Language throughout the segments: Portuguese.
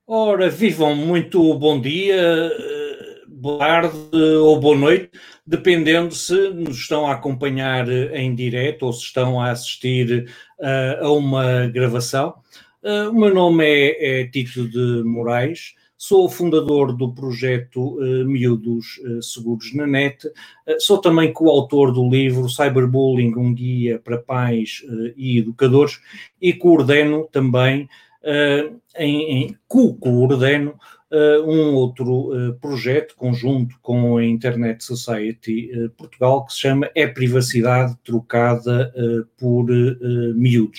Ora, vivam muito bom dia, boa tarde ou boa noite, dependendo se nos estão a acompanhar em direto ou se estão a assistir a uma gravação. O meu nome é Tito de Moraes, sou o fundador do projeto Miúdos Seguros na Net, sou também coautor do livro Cyberbullying, um guia para pais e educadores, e coordeno também co-coordeno um outro projeto conjunto com a Internet Society Portugal, que se chama É Privacidade Trocada por Miúdos.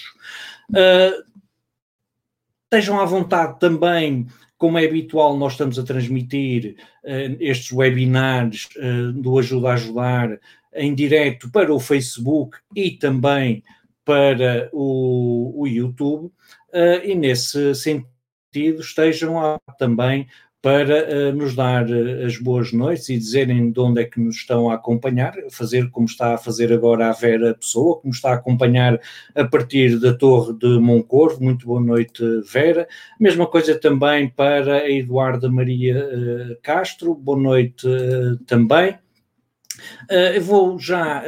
Estejam à vontade também, como é habitual, nós estamos a transmitir estes webinars do Ajuda a Ajudar em direto para o Facebook e também para o YouTube, e nesse sentido estejam também para nos dar as boas noites e dizerem de onde é que nos estão a acompanhar, fazer como está a fazer agora a Vera Pessoa, como está a acompanhar a partir da Torre de Moncorvo. Muito boa noite, Vera. Mesma coisa também para a Eduarda Maria Castro, boa noite também. Eu vou já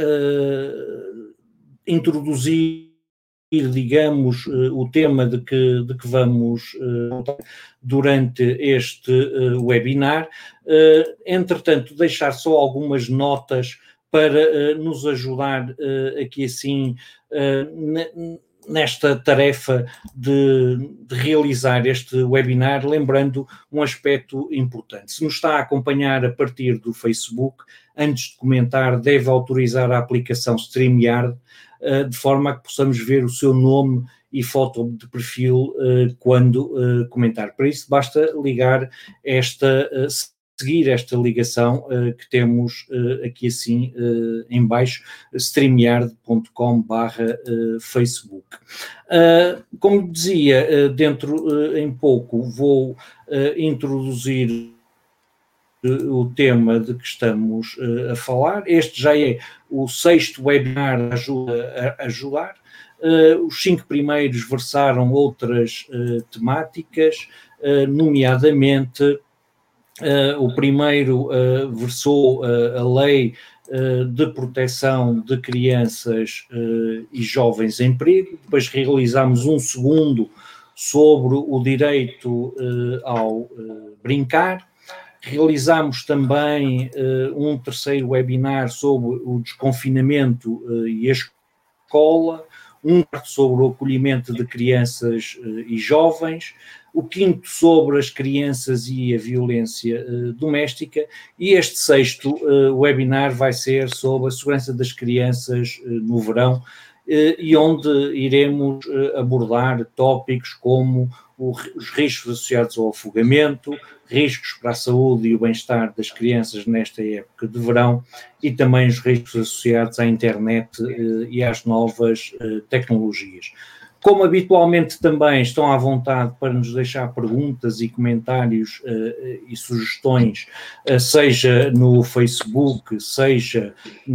introduzir, digamos, o tema de que vamos durante este webinar. Entretanto, deixar só algumas notas para nos ajudar aqui assim nesta tarefa de realizar este webinar, lembrando um aspecto importante. Se nos está a acompanhar a partir do Facebook, antes de comentar, deve autorizar a aplicação StreamYard, de forma a que possamos ver o seu nome e foto de perfil quando comentar. Para isso basta ligar seguir esta ligação que temos aqui assim em baixo, streamyard.com/Facebook. Como dizia, em pouco vou introduzir o tema de que estamos a falar. Este já é o 6º webinar Ajuda a Ajudar. Os 5 primeiros versaram outras temáticas, nomeadamente o primeiro versou a lei de proteção de crianças e jovens em perigo. Depois realizámos um segundo sobre o direito ao brincar. Realizámos também um terceiro webinar sobre o desconfinamento e a escola, um quarto sobre o acolhimento de crianças e jovens, o quinto sobre as crianças e a violência doméstica, e este 6º webinar vai ser sobre a segurança das crianças no verão, e onde iremos abordar tópicos como os riscos associados ao afogamento, riscos para a saúde e o bem-estar das crianças nesta época de verão e também os riscos associados à internet e às novas tecnologias. Como habitualmente também estão à vontade para nos deixar perguntas e comentários e sugestões, seja no Facebook, seja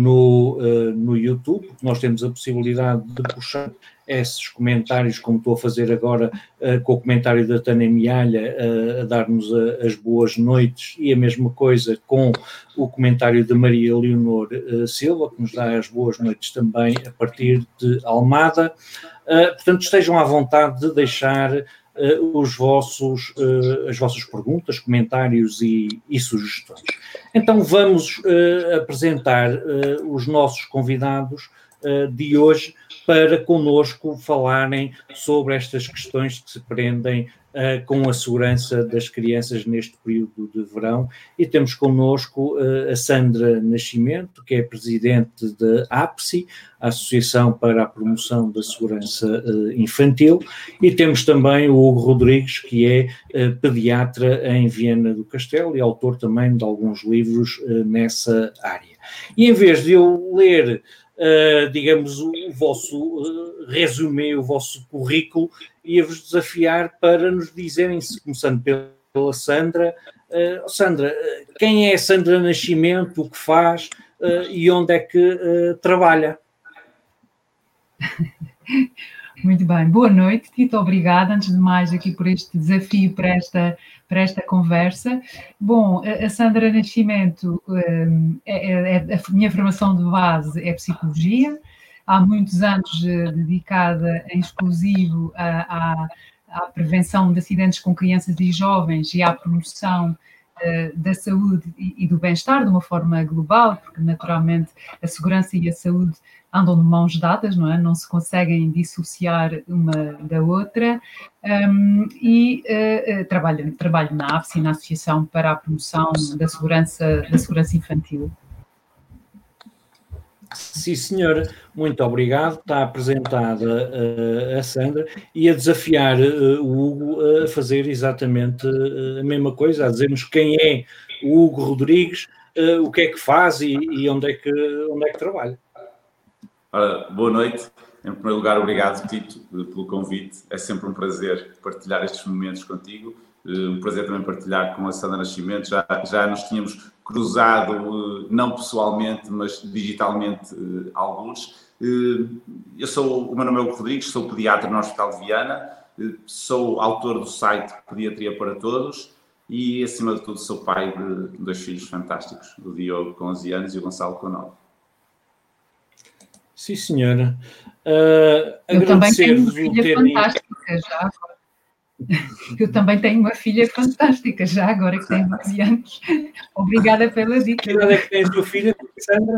no YouTube, porque nós temos a possibilidade de puxar esses comentários, como estou a fazer agora com o comentário da Tânia Mialha, a dar-nos as boas noites, e a mesma coisa com o comentário de Maria Leonor Silva, que nos dá as boas noites também a partir de Almada. Portanto, estejam à vontade de deixar as vossas perguntas, comentários e sugestões. Então vamos apresentar os nossos convidados de hoje para connosco falarem sobre estas questões que se prendem com a segurança das crianças neste período de verão. E temos connosco a Sandra Nascimento, que é presidente da APSI, a Associação para a Promoção da Segurança Infantil, e temos também o Hugo Rodrigues, que é pediatra em Viana do Castelo e autor também de alguns livros nessa área. E em vez de eu ler digamos, o vosso resumé, o vosso currículo, ia-vos desafiar para nos dizerem, começando pela Sandra, Sandra, quem é Sandra Nascimento, o que faz e onde é que trabalha? Muito bem, boa noite, Tito, obrigada, antes de mais, aqui por este desafio, para esta conversa. Bom, a Sandra Nascimento, a minha formação de base é psicologia, há muitos anos dedicada em exclusivo à prevenção de acidentes com crianças e jovens e à promoção da saúde e do bem-estar de uma forma global, porque naturalmente a segurança e a saúde andam de mãos dadas, não é? Não se conseguem dissociar uma da outra. Trabalho na APSI, na Associação para a Promoção da Segurança Infantil. Sim, senhora, muito obrigado. Está apresentada a Sandra e a desafiar o Hugo a fazer exatamente a mesma coisa, a dizer-nos quem é o Hugo Rodrigues, o que é que faz e onde é que trabalha. Ora, boa noite. Em primeiro lugar, obrigado, Tito, pelo convite. É sempre um prazer partilhar estes momentos contigo. Um prazer também partilhar com a Sandra Nascimento. Já nos tínhamos cruzado, não pessoalmente, mas digitalmente, alguns. O meu nome é Hugo Rodrigues, sou pediatra no Hospital de Viana, sou autor do site Pediatria para Todos e, acima de tudo, sou pai de 2 filhos fantásticos, o Diogo com 11 anos e o Gonçalo com 9. Sim, senhora. Eu também tenho uma filha fantástica já agora. Eu também tenho uma filha fantástica já agora, que tem 12 anos. Obrigada pela dica. Que idade é que tem a tua filha, Sandra?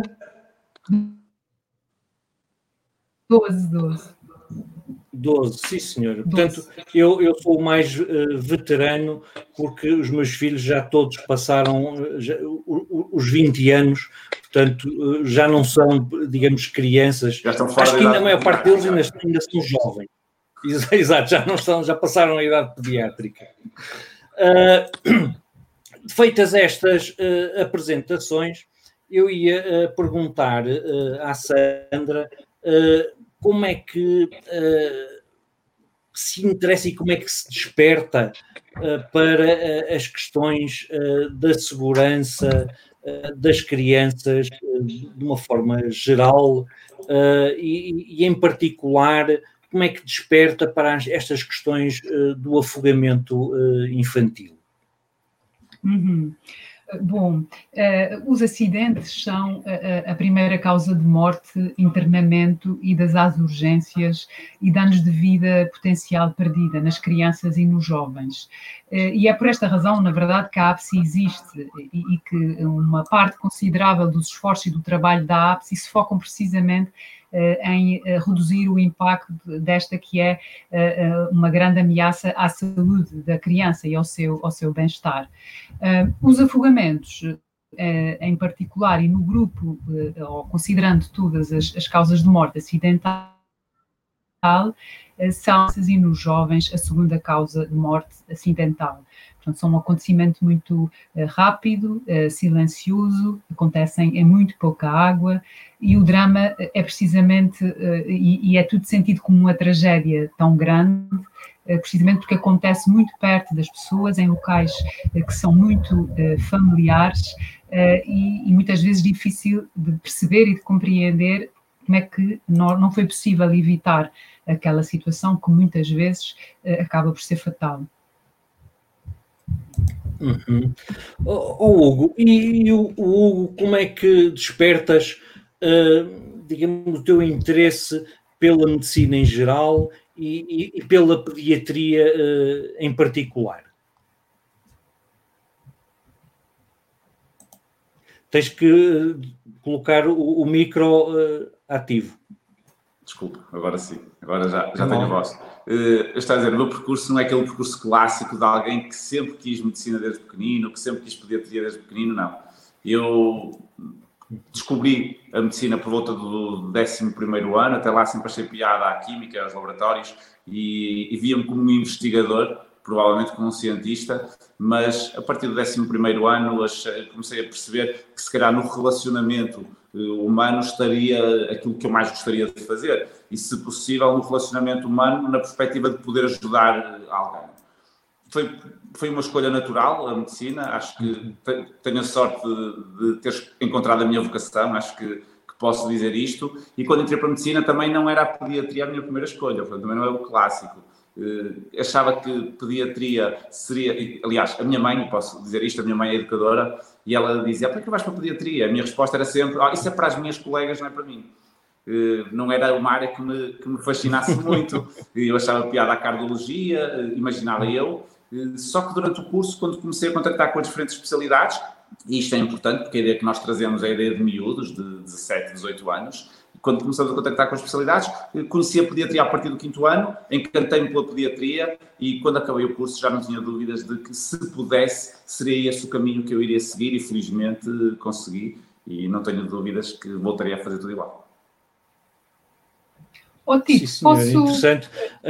12, sim, senhora. 12. Portanto, eu sou o mais veterano, porque os meus filhos já todos passaram os 20 anos, portanto, já não são, digamos, crianças. Já estão fora. Acho que ainda a maior parte deles ainda são jovens. Exato, já passaram a idade pediátrica. Feitas estas apresentações, eu ia perguntar à Sandra como é que se interessa e como é que se desperta para as questões da segurança das crianças de uma forma geral e em particular, como é que desperta para estas questões do afogamento infantil? Bom, os acidentes são a primeira causa de morte, internamento e das urgências e danos de vida potencial perdida nas crianças e nos jovens. E é por esta razão, na verdade, que a APSI existe e que uma parte considerável dos esforços e do trabalho da APSI se focam precisamente em reduzir o impacto desta que é uma grande ameaça à saúde da criança e ao seu bem-estar. Os afogamentos, em particular, e no grupo, ou considerando todas as causas de morte acidental, são, e nos jovens, a segunda causa de morte acidental. Portanto, são um acontecimento muito rápido, silencioso, acontecem em muito pouca água, e o drama é precisamente, e é tudo sentido como uma tragédia tão grande, precisamente porque acontece muito perto das pessoas, em locais que são muito familiares e muitas vezes difícil de perceber e de compreender como é que não foi possível evitar aquela situação que muitas vezes acaba por ser fatal. Hugo, e o Hugo, como é que despertas, digamos, o teu interesse pela medicina em geral e pela pediatria em particular? Tens que colocar o micro ativo. Desculpa, agora sim, agora já tenho a voz. Eu estou a dizer, o meu percurso não é aquele percurso clássico de alguém que sempre quis medicina desde pequenino, que sempre quis pediatria desde pequenino, não. Eu descobri a medicina por volta do 11º ano, até lá sempre achei piada à química, aos laboratórios, e via-me como um investigador, provavelmente como um cientista, mas a partir do 11º ano comecei a perceber que se calhar no relacionamento humano estaria aquilo que eu mais gostaria de fazer, e se possível no relacionamento humano na perspectiva de poder ajudar alguém. Foi uma escolha natural, a medicina. Acho que tenho a sorte de ter encontrado a minha vocação. Acho que posso dizer isto. E quando entrei para a medicina também não era a pediatria a minha primeira escolha, portanto, também não é o clássico. Achava que pediatria seria... Aliás, a minha mãe, posso dizer isto, a minha mãe é educadora, e ela dizia, por que vais para a pediatria? A minha resposta era sempre, isso é para as minhas colegas, não é para mim. Não era uma área que me fascinasse muito. Eu achava piada a cardiologia, imaginava eu. Só que durante o curso, quando comecei a contactar com as diferentes especialidades, e isto é importante, porque a ideia que nós trazemos é a ideia de miúdos, de 17, 18 anos, quando começamos a contactar com as especialidades, conheci a pediatria a partir do 5º ano, encantei-me pela pediatria e quando acabei o curso já não tinha dúvidas de que, se pudesse, seria esse o caminho que eu iria seguir e felizmente consegui e não tenho dúvidas que voltaria a fazer tudo igual. Tito, sim, posso... Interessante.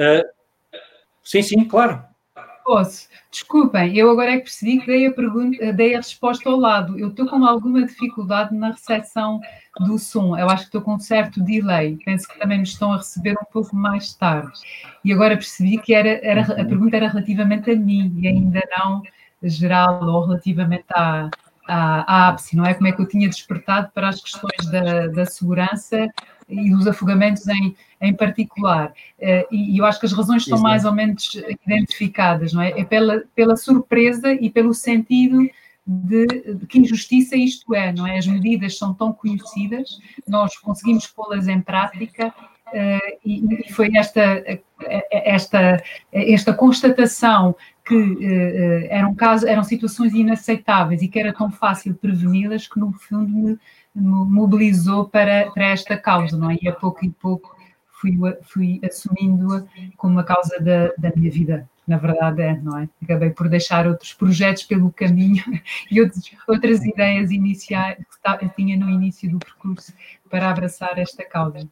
Sim, claro. Posso. Desculpem, eu agora é que percebi que dei a resposta ao lado. Eu estou com alguma dificuldade na recepção do som. Eu acho que estou com um certo delay. Penso que também me estão a receber um pouco mais tarde. E agora percebi que a pergunta era relativamente a mim e ainda não geral ou relativamente à ápice, não é? Como é que eu tinha despertado para as questões da segurança e dos afogamentos em particular. E eu acho que as razões estão mais ou menos identificadas, não é? É pela surpresa e pelo sentido de que injustiça isto é, não é? As medidas são tão conhecidas, nós conseguimos pô-las em prática e foi esta constatação que eram situações inaceitáveis e que era tão fácil preveni-las que, no fundo, me mobilizou para esta causa, não é? E a pouco e pouco fui assumindo-a como uma causa da minha vida. Na verdade não é? Acabei por deixar outros projetos pelo caminho e outras ideias iniciais que tinha no início do percurso para abraçar esta causa.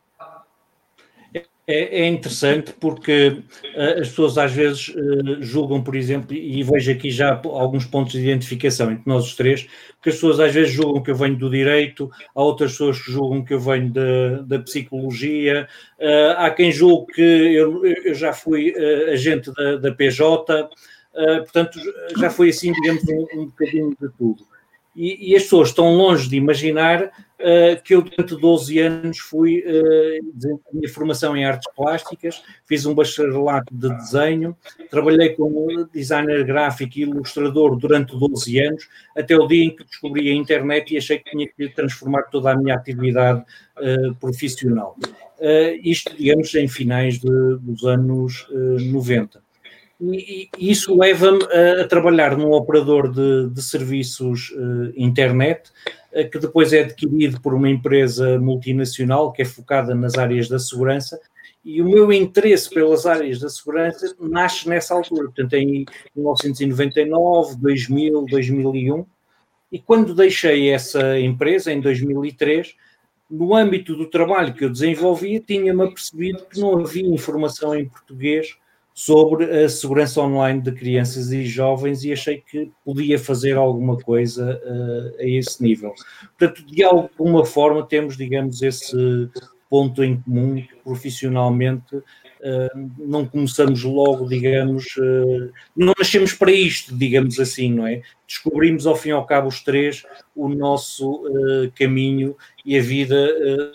É interessante porque as pessoas às vezes julgam, por exemplo, e vejo aqui já alguns pontos de identificação entre nós os três, porque as pessoas às vezes julgam que eu venho do direito, há outras pessoas que julgam que eu venho da psicologia, há quem julgue que eu já fui agente da PJ, portanto já fui assim, digamos, um bocadinho de tudo. E as pessoas estão longe de imaginar que eu durante 12 anos fui a minha formação em artes plásticas, fiz um bacharelato de desenho, trabalhei como designer gráfico e ilustrador durante 12 anos, até o dia em que descobri a internet e achei que tinha que transformar toda a minha atividade profissional. Isto, digamos, em finais dos anos 90. E isso leva-me a trabalhar num operador de serviços internet, que depois é adquirido por uma empresa multinacional que é focada nas áreas da segurança, e o meu interesse pelas áreas da segurança nasce nessa altura, portanto em 1999, 2000, 2001, e quando deixei essa empresa, em 2003, no âmbito do trabalho que eu desenvolvia, tinha-me apercebido que não havia informação em português sobre a segurança online de crianças e jovens e achei que podia fazer alguma coisa a esse nível. Portanto, de alguma forma temos, digamos, esse ponto em comum que profissionalmente não começamos logo, digamos, não nascemos para isto, digamos assim, não é? Descobrimos ao fim e ao cabo os três o nosso caminho e a vida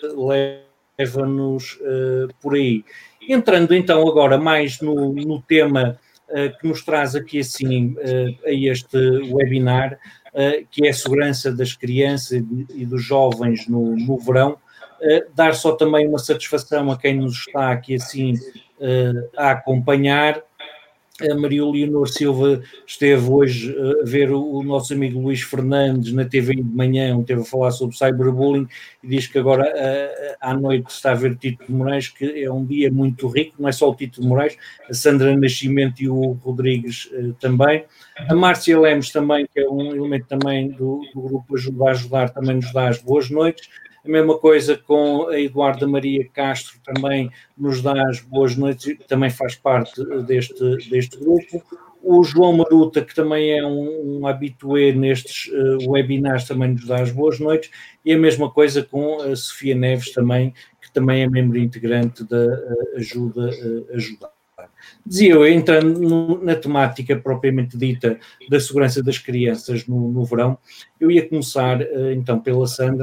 leva-nos por aí. Entrando então agora mais no tema que nos traz aqui assim a este webinar, que é a segurança das crianças e dos jovens no verão, dar só também uma satisfação a quem nos está aqui assim a acompanhar. A Maria Leonor Silva esteve hoje a ver o nosso amigo Luís Fernandes na TV de manhã, onde esteve a falar sobre cyberbullying, e diz que agora à noite está a ver Tito de Moraes, que é um dia muito rico, não é só o Tito de Moraes, a Sandra Nascimento e o Rodrigues também. A Márcia Lemos também, que é um elemento também do grupo Ajuda a Ajudar, também nos dá as boas noites. A mesma coisa com a Eduarda Maria Castro, também nos dá as boas noites, também faz parte deste grupo. O João Maruta, que também é um habitué nestes webinars, também nos dá as boas noites. E a mesma coisa com a Sofia Neves também, que também é membro integrante da Ajuda a Ajudar. Dizia eu, entrando na temática propriamente dita da segurança das crianças no verão, eu ia começar então pela Sandra,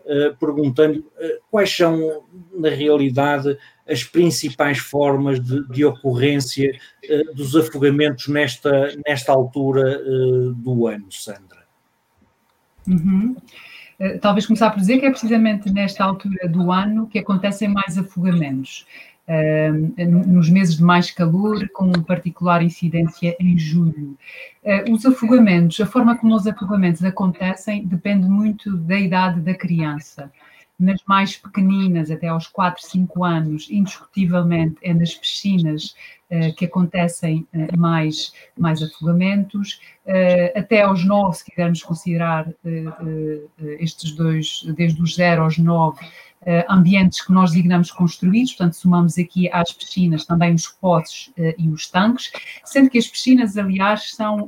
perguntando quais são, na realidade, as principais formas de ocorrência dos afogamentos nesta altura do ano, Sandra. Uhum. Talvez começar por dizer que é precisamente nesta altura do ano que acontecem mais afogamentos. Nos meses de mais calor, com particular incidência em julho. Os afogamentos, a forma como os afogamentos acontecem depende muito da idade da criança. Nas mais pequeninas, até aos 4, 5 anos, indiscutivelmente é nas piscinas que acontecem mais afogamentos. Até aos 9, se quisermos considerar estes dois, desde os 0 aos 9, ambientes que nós designamos construídos, portanto, somamos aqui às piscinas também os poços e os tanques, sendo que as piscinas, aliás, são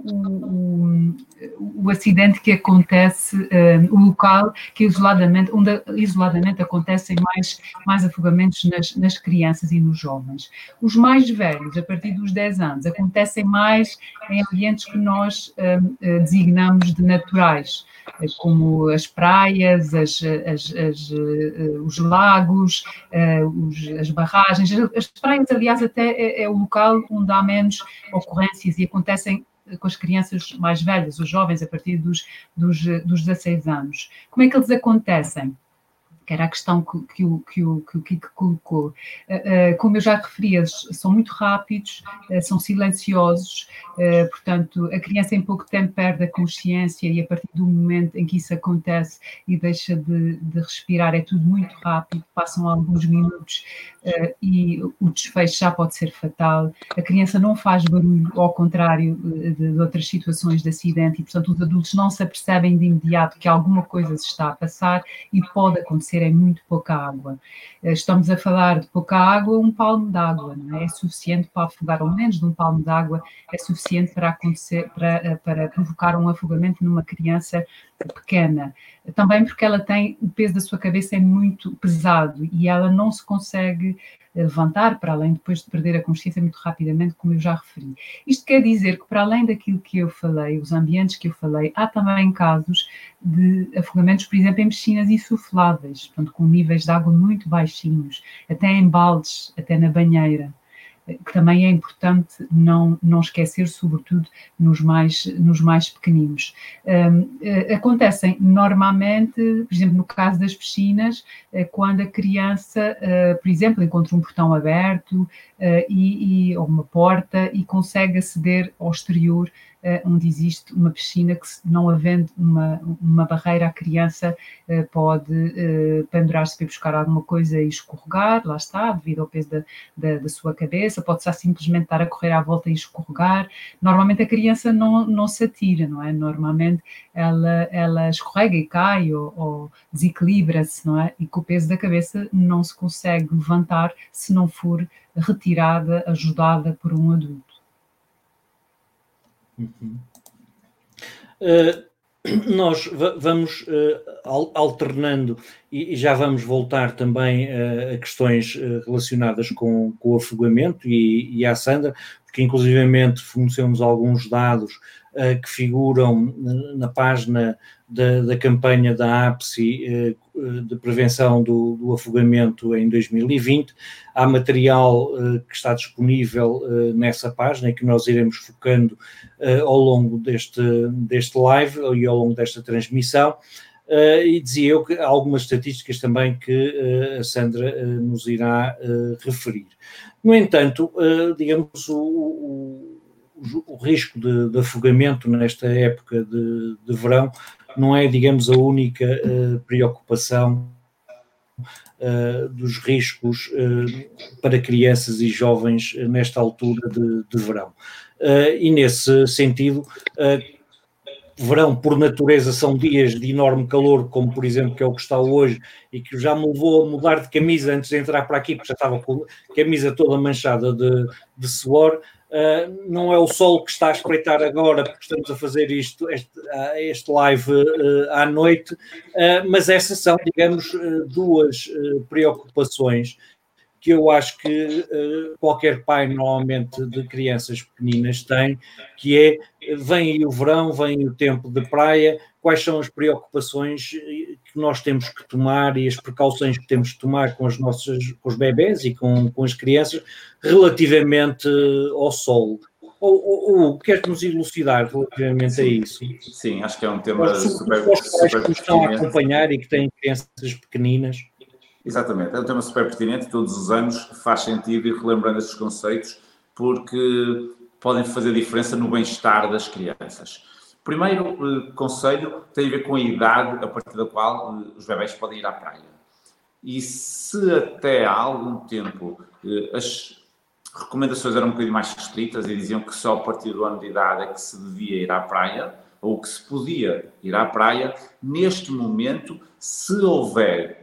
o acidente que acontece, o local que onde isoladamente acontecem mais afogamentos nas crianças e nos jovens. Os mais velhos, a partir dos 10 anos, acontecem mais em ambientes que nós designamos de naturais, como as praias, os lagos, as barragens. As praias, aliás, até é o local onde há menos ocorrências e acontecem com as crianças mais velhas, os jovens, a partir dos 16 anos. Como é que eles acontecem? Que era a questão que o Kiko colocou. Como eu já referi, eles são muito rápidos, são silenciosos, portanto, a criança em pouco tempo perde a consciência e a partir do momento em que isso acontece e deixa de respirar, é tudo muito rápido, passam alguns minutos e o desfecho já pode ser fatal. A criança não faz barulho, ao contrário de outras situações de acidente, e, portanto, os adultos não se apercebem de imediato que alguma coisa se está a passar e pode acontecer em muito pouca água. Estamos a falar de pouca água, um palmo de água, não é? É suficiente para afogar, ou menos de um palmo de água, é suficiente para provocar um afogamento numa criança pequena. Também porque ela tem, o peso da sua cabeça é muito pesado e ela não se consegue levantar, para além depois de perder a consciência muito rapidamente, como eu já referi. Isto quer dizer que, para além daquilo que eu falei, os ambientes que eu falei, há também casos de afogamentos, por exemplo, em piscinas insufláveis, portanto, com níveis de água muito baixinhos, até em baldes, até na banheira, que também é importante não esquecer, sobretudo nos mais pequeninos. Acontecem normalmente, por exemplo, no caso das piscinas, quando a criança, por exemplo, encontra um portão aberto ou uma porta e consegue aceder ao exterior, onde existe uma piscina que, não havendo uma barreira, a criança pode pendurar-se para buscar alguma coisa e escorregar, lá está, devido ao peso da sua cabeça, pode só simplesmente estar a correr à volta e escorregar. Normalmente a criança não se atira, não é? Normalmente ela escorrega e cai ou desequilibra-se, não é? E com o peso da cabeça não se consegue levantar se não for retirada, ajudada por um adulto. Uhum. Nós vamos alternando e já vamos voltar também a questões relacionadas com o afogamento e à Sandra, porque inclusivamente fornecemos alguns dados que figuram na página da campanha da APSI de prevenção do afogamento em 2020. Há material que está disponível nessa página e que nós iremos focando ao longo deste live e ao longo desta transmissão. E dizia eu que há algumas estatísticas também que a Sandra nos irá referir. No entanto, digamos, o risco de afogamento nesta época de verão não é, digamos, a única preocupação dos riscos para crianças e jovens nesta altura de verão. E nesse sentido, verão por natureza são dias de enorme calor, como por exemplo que é o que está hoje e que já me levou a mudar de camisa antes de entrar para aqui, porque já estava com a camisa toda manchada de suor. Não é o sol que está a espreitar agora, porque estamos a fazer este live à noite, mas essas são, digamos, duas preocupações que eu acho que qualquer pai normalmente de crianças pequeninas tem, que é, vem aí o verão, vem o tempo de praia, quais são as preocupações que nós temos que tomar e as precauções que temos que tomar com com os bebés e com as crianças relativamente ao sol. Ou queres-nos elucidar relativamente a isso? Sim, acho que é um tema super que nos estão a acompanhar e que têm crianças pequeninas. Exatamente, é um tema super pertinente, todos os anos faz sentido ir relembrando estes conceitos, porque podem fazer diferença no bem-estar das crianças. O primeiro conselho tem a ver com a idade a partir da qual os bebés podem ir à praia. E se até há algum tempo as recomendações eram um bocadinho mais restritas e diziam que só a partir do ano de idade é que se devia ir à praia, ou que se podia ir à praia, neste momento, se houver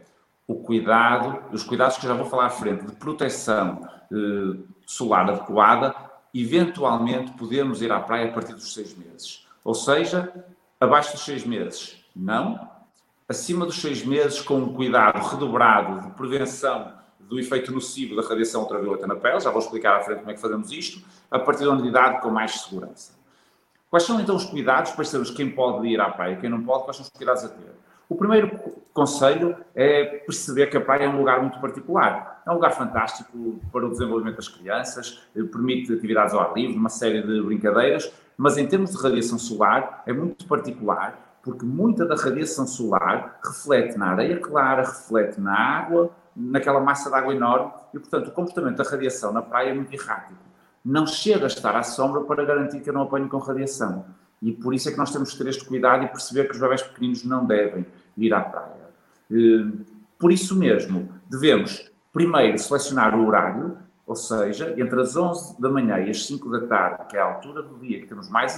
os cuidados que eu já vou falar à frente, de proteção solar adequada, eventualmente podemos ir à praia a partir dos 6 meses. Ou seja, abaixo dos 6 meses, não. Acima dos 6 meses, com um cuidado redobrado de prevenção do efeito nocivo da radiação ultravioleta na pele, já vou explicar à frente como é que fazemos isto, a partir do ano de idade com mais segurança. Quais são então os cuidados para sabermos quem pode ir à praia e quem não pode, quais são os cuidados a ter? O primeiro conselho é perceber que a praia é um lugar muito particular. É um lugar fantástico para o desenvolvimento das crianças, permite atividades ao ar livre, uma série de brincadeiras, mas em termos de radiação solar é muito particular, porque muita da radiação solar reflete na areia clara, reflete na água, naquela massa de água enorme, e portanto o comportamento da radiação na praia é muito errático. Não chega a estar à sombra para garantir que eu não apanho com radiação. E por isso é que nós temos que ter este cuidado e perceber que os bebés pequeninos não devem ir à praia. Por isso mesmo, devemos primeiro selecionar o horário, ou seja, entre as 11 da manhã e as 5 da tarde, que é a altura do dia que temos mais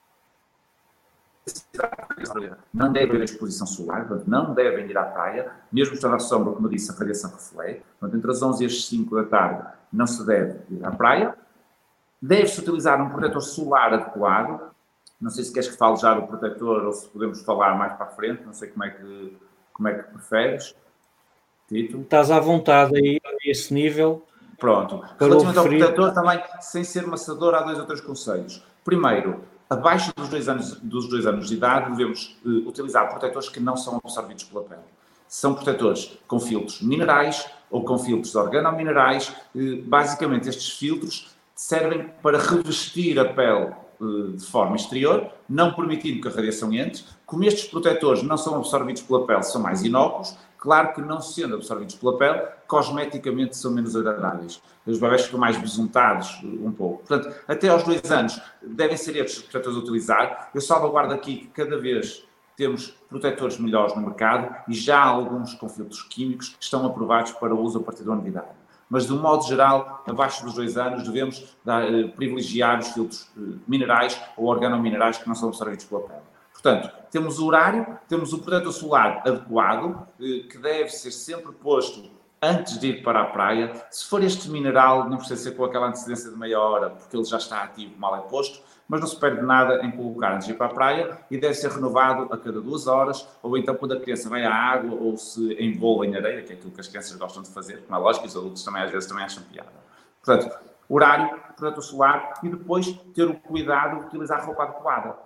intensidade, não deve haver exposição solar, portanto, não devem ir à praia, mesmo estando à sombra, como eu disse, a radiação reflete. Portanto, entre as 11 e as 5 da tarde não se deve ir à praia. Deve-se utilizar um protetor solar adequado. Não sei se queres que fale já do protetor ou se podemos falar mais para a frente. Não sei como é que preferes. Tito? Estás à vontade aí a esse nível. Pronto. Relativamente ao protetor, também, sem ser maçador, há 2 ou 3 conselhos. Primeiro, abaixo dos 2 anos de idade, devemos utilizar protetores que não são absorvidos pela pele. São protetores com filtros minerais ou com filtros organominerais. Basicamente, estes filtros servem para revestir a pele de forma exterior, não permitindo que a radiação entre. Como estes protetores não são absorvidos pela pele, são mais inócuos, claro que não sendo absorvidos pela pele, cosmeticamente são menos agradáveis. Os bebés ficam mais besuntados um pouco. Portanto, até aos 2 anos devem ser estes os protetores a utilizar. Eu salvaguardo aqui que cada vez temos protetores melhores no mercado e já há alguns com filtros químicos que estão aprovados para o uso a partir do ano de idade. Mas, de um modo geral, abaixo dos 2 anos, devemos privilegiar os filtros minerais ou organominerais que não são absorvidos pela pele. Portanto, temos o horário, temos o protetor solar adequado, que deve ser sempre posto antes de ir para a praia. Se for este mineral, não precisa ser com aquela antecedência de meia hora, porque ele já está ativo, mal é posto, mas não se perde nada em colocar antes de ir para a praia e deve ser renovado a cada 2 horas, ou então quando a criança vai à água ou se envolve em areia, que é aquilo que as crianças gostam de fazer, como é lógico, os adultos também às vezes também acham piada. Portanto, horário, protetor solar e depois ter o cuidado de utilizar roupa adequada.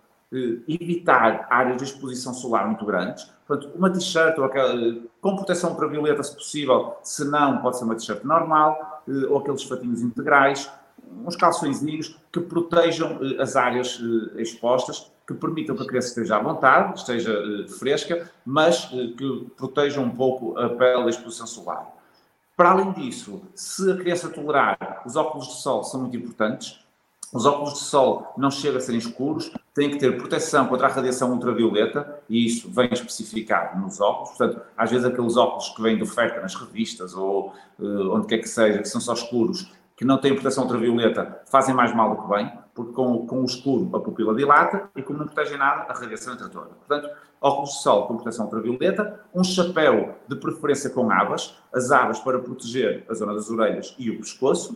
Evitar áreas de exposição solar muito grandes. Portanto, uma t-shirt ou com proteção ultravioleta, se possível, se não, pode ser uma t-shirt normal, ou aqueles fatinhos integrais, uns calçõezinhos que protejam as áreas expostas, que permitam que a criança esteja à vontade, esteja fresca, mas que protejam um pouco a pele da exposição solar. Para além disso, se a criança tolerar, os óculos de sol são muito importantes. Os óculos de sol não chegam a serem escuros, têm que ter proteção contra a radiação ultravioleta, e isso vem especificado nos óculos. Portanto, às vezes aqueles óculos que vêm de oferta nas revistas ou onde quer que seja, que são só escuros, que não têm proteção ultravioleta, fazem mais mal do que bem, porque com o escuro a pupila dilata e como não protegem nada, a radiação entra toda. Portanto, óculos de sol com proteção ultravioleta, um chapéu de preferência com abas, as abas para proteger a zona das orelhas e o pescoço,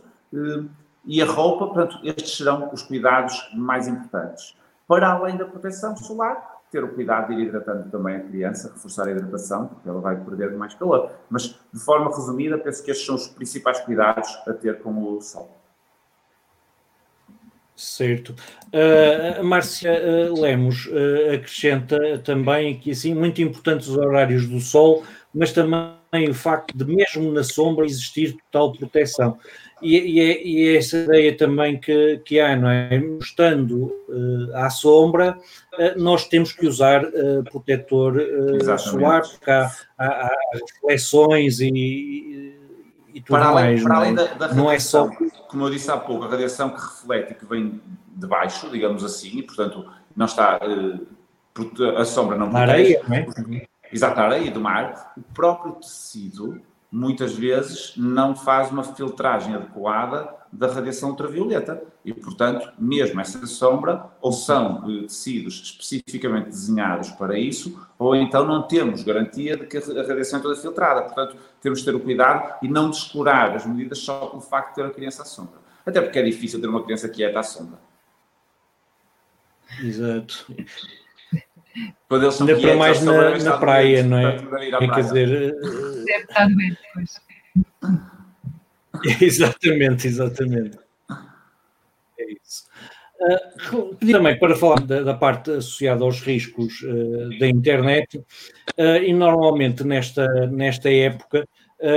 e a roupa. Portanto, estes serão os cuidados mais importantes. Para além da proteção solar, ter o cuidado de ir hidratando também a criança, reforçar a hidratação, porque ela vai perder mais calor. Mas de forma resumida, penso que estes são os principais cuidados a ter com o sol. Certo. A Márcia Lemos acrescenta também que, assim, muito importantes os horários do sol, mas também o facto de, mesmo na sombra, existir total proteção. E é essa ideia também que há, não é? Estando à sombra, nós temos que usar protetor solar, porque há reflexões e tudo mais. Para além da radiação, não é só... como eu disse há pouco, a radiação que reflete e que vem de baixo, digamos assim, e portanto não está, a sombra não protege. Na areia, não é? Exato, na areia do mar, o próprio tecido muitas vezes não faz uma filtragem adequada da radiação ultravioleta e, portanto, mesmo essa sombra, ou são tecidos especificamente desenhados para isso, ou então não temos garantia de que a radiação é toda filtrada. Portanto, temos de ter o cuidado e não descurar as medidas só pelo facto de ter a criança à sombra. Até porque é difícil ter uma criança quieta à sombra. Exato. Quando eles são ainda para mais na praia, não é? Quer dizer... Deve estar doente depois. Exatamente. É isso. Também para falar da parte associada aos riscos da internet, e normalmente nesta época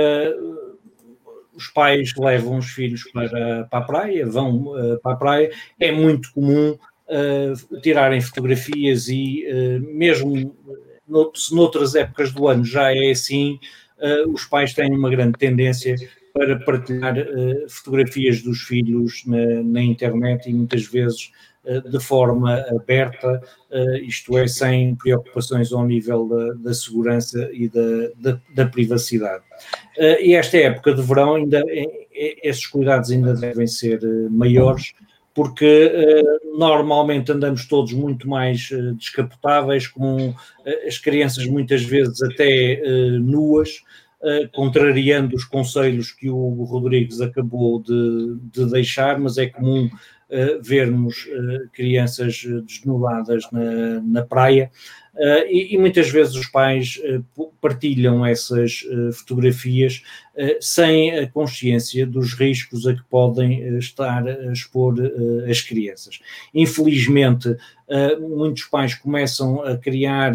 os pais levam os filhos para a praia, vão para a praia, é muito comum tirarem fotografias e mesmo se noutras épocas do ano já é assim, os pais têm uma grande tendência para partilhar fotografias dos filhos na internet e muitas vezes de forma aberta, isto é, sem preocupações ao nível da segurança e da privacidade. E esta época de verão, ainda esses cuidados ainda devem ser maiores, porque normalmente andamos todos muito mais descapotáveis, com as crianças muitas vezes até nuas, contrariando os conselhos que o Hugo Rodrigues acabou de deixar, mas é comum vermos crianças desnudadas na praia, e muitas vezes os pais partilham essas fotografias sem a consciência dos riscos a que podem estar a expor as crianças. Infelizmente, muitos pais começam a criar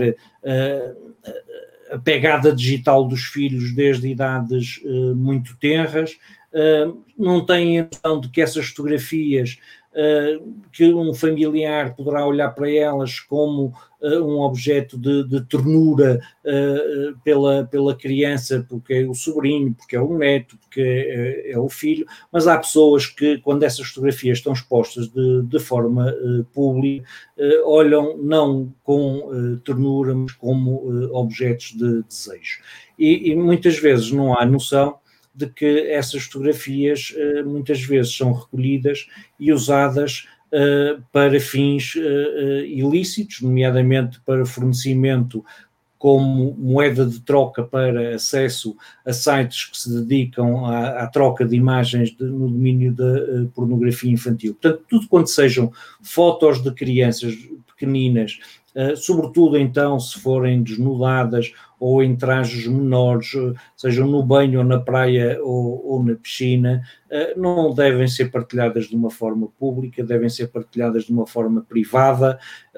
a pegada digital dos filhos desde idades muito tenras, não têm a noção de que essas fotografias, que um familiar poderá olhar para elas como um objeto de ternura pela criança, porque é o sobrinho, porque é o neto, porque é o filho, mas há pessoas que, quando essas fotografias estão expostas de forma pública, olham não com ternura, mas como objetos de desejo. E muitas vezes não há noção de que essas fotografias muitas vezes são recolhidas e usadas para fins ilícitos, nomeadamente para fornecimento como moeda de troca para acesso a sites que se dedicam à troca de imagens no domínio da pornografia infantil. Portanto, tudo quanto sejam fotos de crianças pequeninas, sobretudo então se forem desnudadas ou em trajes menores, sejam no banho ou na praia ou na piscina, não devem ser partilhadas de uma forma pública, devem ser partilhadas de uma forma privada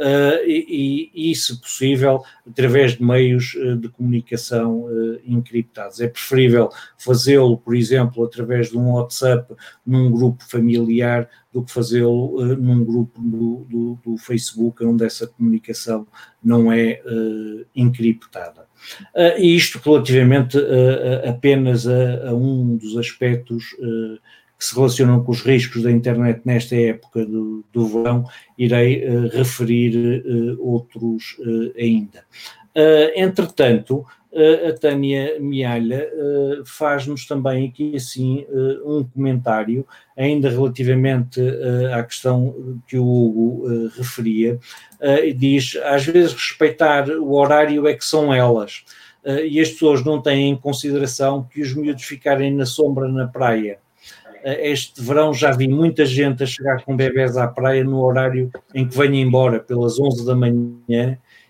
e, se possível, através de meios de comunicação encriptados. É preferível fazê-lo, por exemplo, através de um WhatsApp num grupo familiar do que fazê-lo num grupo do Facebook, onde essa comunicação não é encriptada. E isto relativamente apenas a um dos aspectos que se relacionam com os riscos da internet nesta época do verão, irei referir outros ainda. Entretanto, a Tânia Mialha faz-nos também aqui assim um comentário, ainda relativamente à questão que o Hugo referia, e diz, às vezes respeitar o horário é que são elas, e as pessoas não têm em consideração que os miúdos ficarem na sombra na praia. Este verão já vi muita gente a chegar com bebés à praia no horário em que venho embora, pelas 11 da manhã,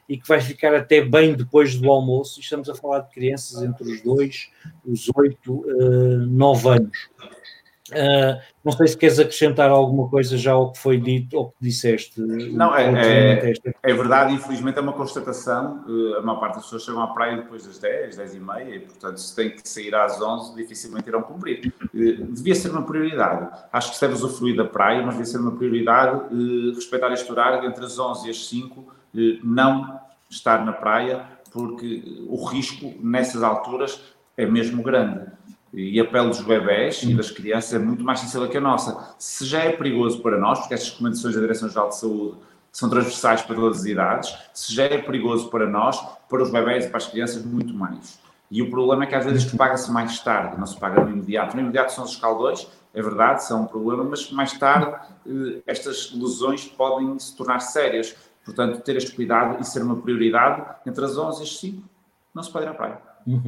e que vai ficar até bem depois do almoço. Estamos a falar de crianças entre os 2, os 8, 9 anos. Não sei se queres acrescentar alguma coisa já ao que foi dito ou que disseste. Não, é verdade, infelizmente é uma constatação. A maior parte das pessoas chegam à praia depois das 10, 10h30 e, portanto, se tem que sair às 11, dificilmente irão cumprir. Devia ser uma prioridade. Acho que se deve usufruir da praia, mas devia ser uma prioridade respeitar este horário entre as 11 e as 5, não estar na praia, porque o risco nessas alturas é mesmo grande. E a pele dos bebés e das crianças é muito mais sensível que a nossa. Se já é perigoso para nós, porque estas recomendações da Direção-Geral de Saúde são transversais para todas as idades, se já é perigoso para nós, para os bebés e para as crianças, muito mais. E o problema é que às vezes isto paga-se mais tarde, não se paga no imediato. No imediato são os escaldões, é verdade, são um problema, mas mais tarde estas lesões podem se tornar sérias. Portanto, ter este cuidado e ser uma prioridade entre as 11 e as 5, não se pode ir à praia.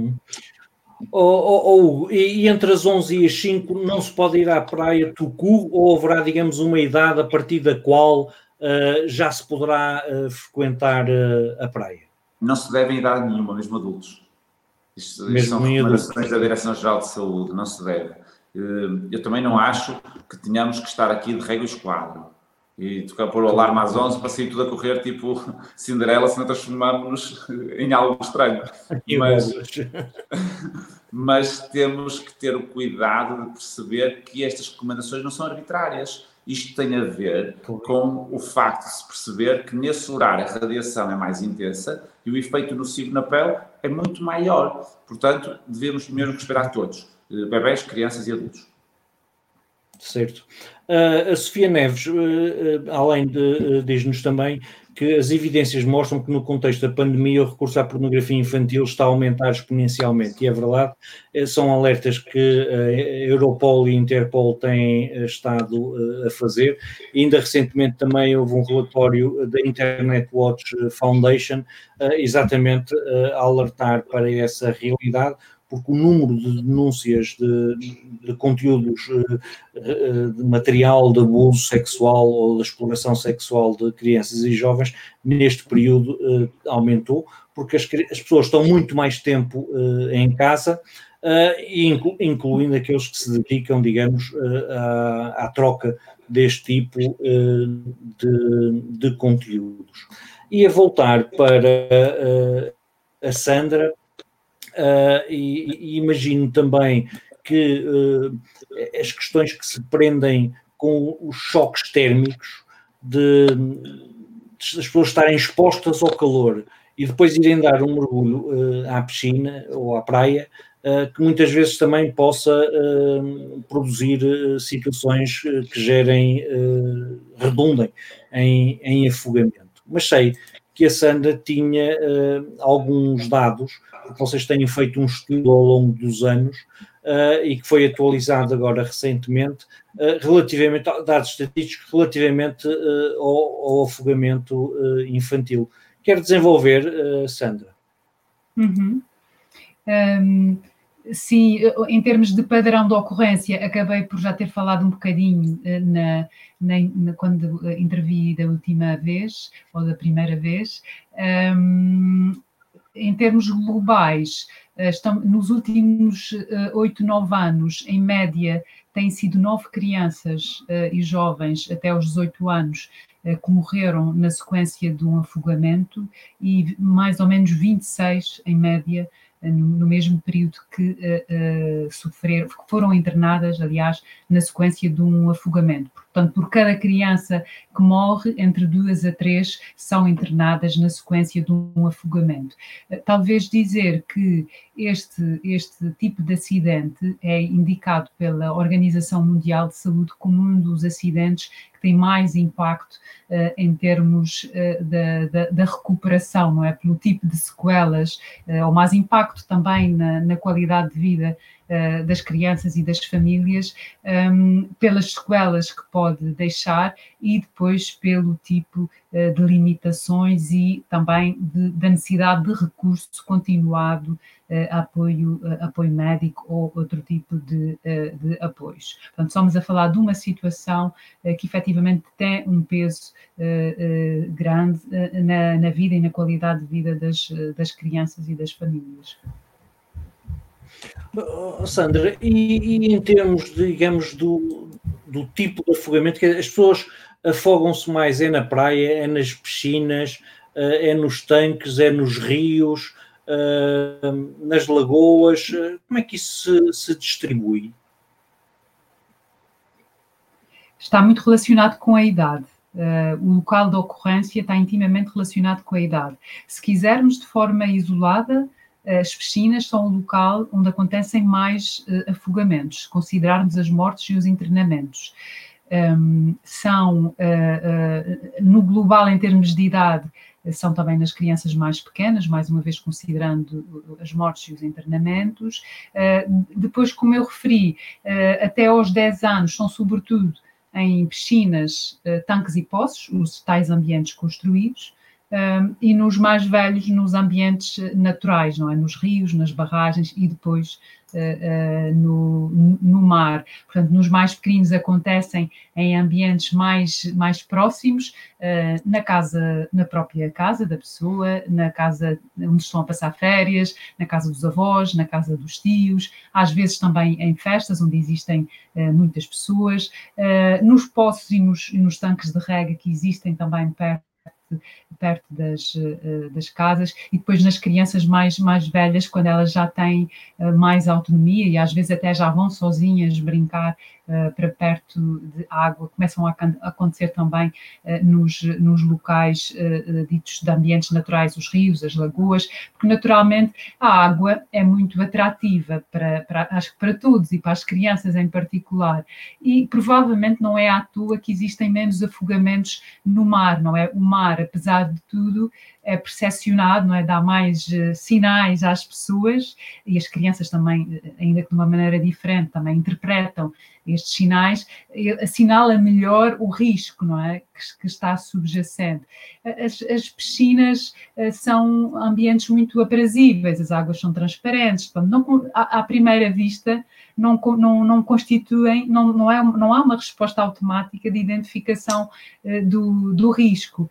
E entre as 11 e as 5 não se pode ir à praia tucu, ou haverá, digamos, uma idade a partir da qual já se poderá frequentar a praia? Não se deve em idade nenhuma, mesmo adultos. Isto são recomendações da Direção-Geral de Saúde, não se deve. Eu também não acho que tenhamos que estar aqui de régua e esquadro. E tocar pôr o alarme às 11 para sair tudo a correr tipo Cinderela, se não transformamos-nos em algo estranho. Mas temos que ter o cuidado de perceber que estas recomendações não são arbitrárias. Isto tem a ver com o facto de se perceber que nesse horário a radiação é mais intensa e o efeito nocivo na pele é muito maior. Portanto, devemos mesmo respeitar todos, bebés, crianças e adultos. Certo. A Sofia Neves, além de diz-nos também que as evidências mostram que no contexto da pandemia o recurso à pornografia infantil está a aumentar exponencialmente, e é verdade, são alertas que a Europol e a Interpol têm estado a fazer. E ainda recentemente também houve um relatório da Internet Watch Foundation exatamente a alertar para essa realidade, porque o número de denúncias de conteúdos de material de abuso sexual ou de exploração sexual de crianças e jovens neste período aumentou, porque as pessoas estão muito mais tempo em casa, incluindo aqueles que se dedicam, digamos, à troca deste tipo de conteúdos. E a voltar para a Sandra, e imagino também que as questões que se prendem com os choques térmicos de as pessoas estarem expostas ao calor e depois irem dar um mergulho à piscina ou à praia, que muitas vezes também possa produzir situações que gerem, redundem em afogamento. Mas sei que a Sandra tinha alguns dados, porque vocês têm feito um estudo ao longo dos anos e que foi atualizado agora recentemente, relativamente a dados estatísticos, relativamente ao afogamento infantil. Quer desenvolver, Sandra? Sim, em termos de padrão de ocorrência, acabei por já ter falado um bocadinho quando intervi da última vez, ou da primeira vez. Em termos globais, nos últimos 8, 9 anos, em média, têm sido 9 crianças e jovens até aos 18 anos que morreram na sequência de um afogamento e mais ou menos 26, em média, no mesmo período que foram internadas, aliás, na sequência de um afogamento. Portanto, por cada criança que morre, entre 2 a 3 são internadas na sequência de um afogamento. Talvez dizer que este tipo de acidente é indicado pela Organização Mundial de Saúde como um dos acidentes que tem mais impacto em termos da recuperação, não é? Pelo tipo de sequelas, ou mais impacto também na qualidade de vida das crianças e das famílias, pelas sequelas que pode deixar e depois pelo tipo de limitações e também da necessidade de recurso continuado a apoio médico ou outro tipo de apoios. Portanto, estamos a falar de uma situação que efetivamente tem um peso grande na vida e na qualidade de vida das crianças e das famílias. Sandra, e em termos, digamos, do tipo de afogamento, que as pessoas afogam-se mais na praia, é nas piscinas, é nos tanques, é nos rios, nas lagoas, como é que isso se distribui? Está muito relacionado com a idade. O local de ocorrência está intimamente relacionado com a idade. Se quisermos de forma isolada, as piscinas são o local onde acontecem mais afogamentos, se considerarmos as mortes e os internamentos. No global, em termos de idade, são também nas crianças mais pequenas, mais uma vez considerando as mortes e os internamentos. Depois, como eu referi, até aos 10 anos são sobretudo em piscinas, tanques e poços, os tais ambientes construídos, e nos mais velhos, nos ambientes naturais, não é? Nos rios, nas barragens e depois no mar. Portanto, nos mais pequenos acontecem em ambientes mais próximos, na própria casa da pessoa, na casa onde estão a passar férias, na casa dos avós, na casa dos tios, às vezes também em festas onde existem muitas pessoas, nos poços e nos tanques de rega que existem também perto das casas, e depois nas crianças mais velhas, quando elas já têm mais autonomia e às vezes até já vão sozinhas brincar para perto de água, começam a acontecer também nos locais ditos de ambientes naturais, os rios, as lagoas, porque naturalmente a água é muito atrativa acho que para todos e para as crianças em particular, e provavelmente não é à toa que existem menos afogamentos no mar, não é? O mar, apesar de tudo, é percepcionado, não é? Dá mais sinais às pessoas, e as crianças também, ainda que de uma maneira diferente, também interpretam estes sinais, assinala melhor o risco, não é? Que está subjacente. As piscinas são ambientes muito aprazíveis, as águas são transparentes, portanto, à primeira vista não constituem, não há uma resposta automática de identificação do risco.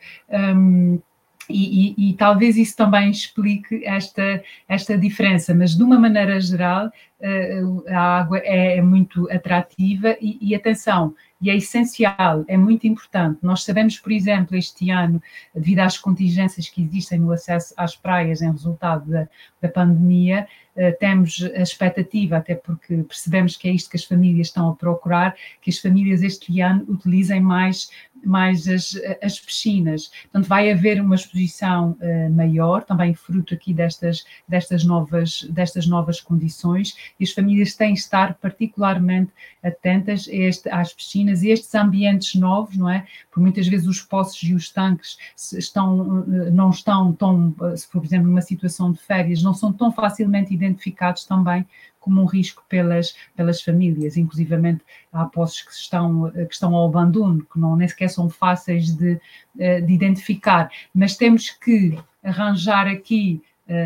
E talvez isso também explique esta diferença, mas de uma maneira geral a água é muito atrativa e atenção, e é essencial, é muito importante. Nós sabemos, por exemplo, este ano, devido às contingências que existem no acesso às praias em resultado da pandemia, temos a expectativa, até porque percebemos que é isto que as famílias estão a procurar, que as famílias este ano utilizem mais as piscinas. Portanto, vai haver uma exposição maior, também fruto aqui destas novas condições, e as famílias têm de estar particularmente atentas às piscinas e estes ambientes novos, não é? Porque muitas vezes os poços e os tanques não estão tão, se for, por exemplo, numa situação de férias, não são tão facilmente identificados também como um risco pelas famílias. Inclusivamente há poços que estão ao abandono, que nem sequer são fáceis de identificar, mas temos que arranjar aqui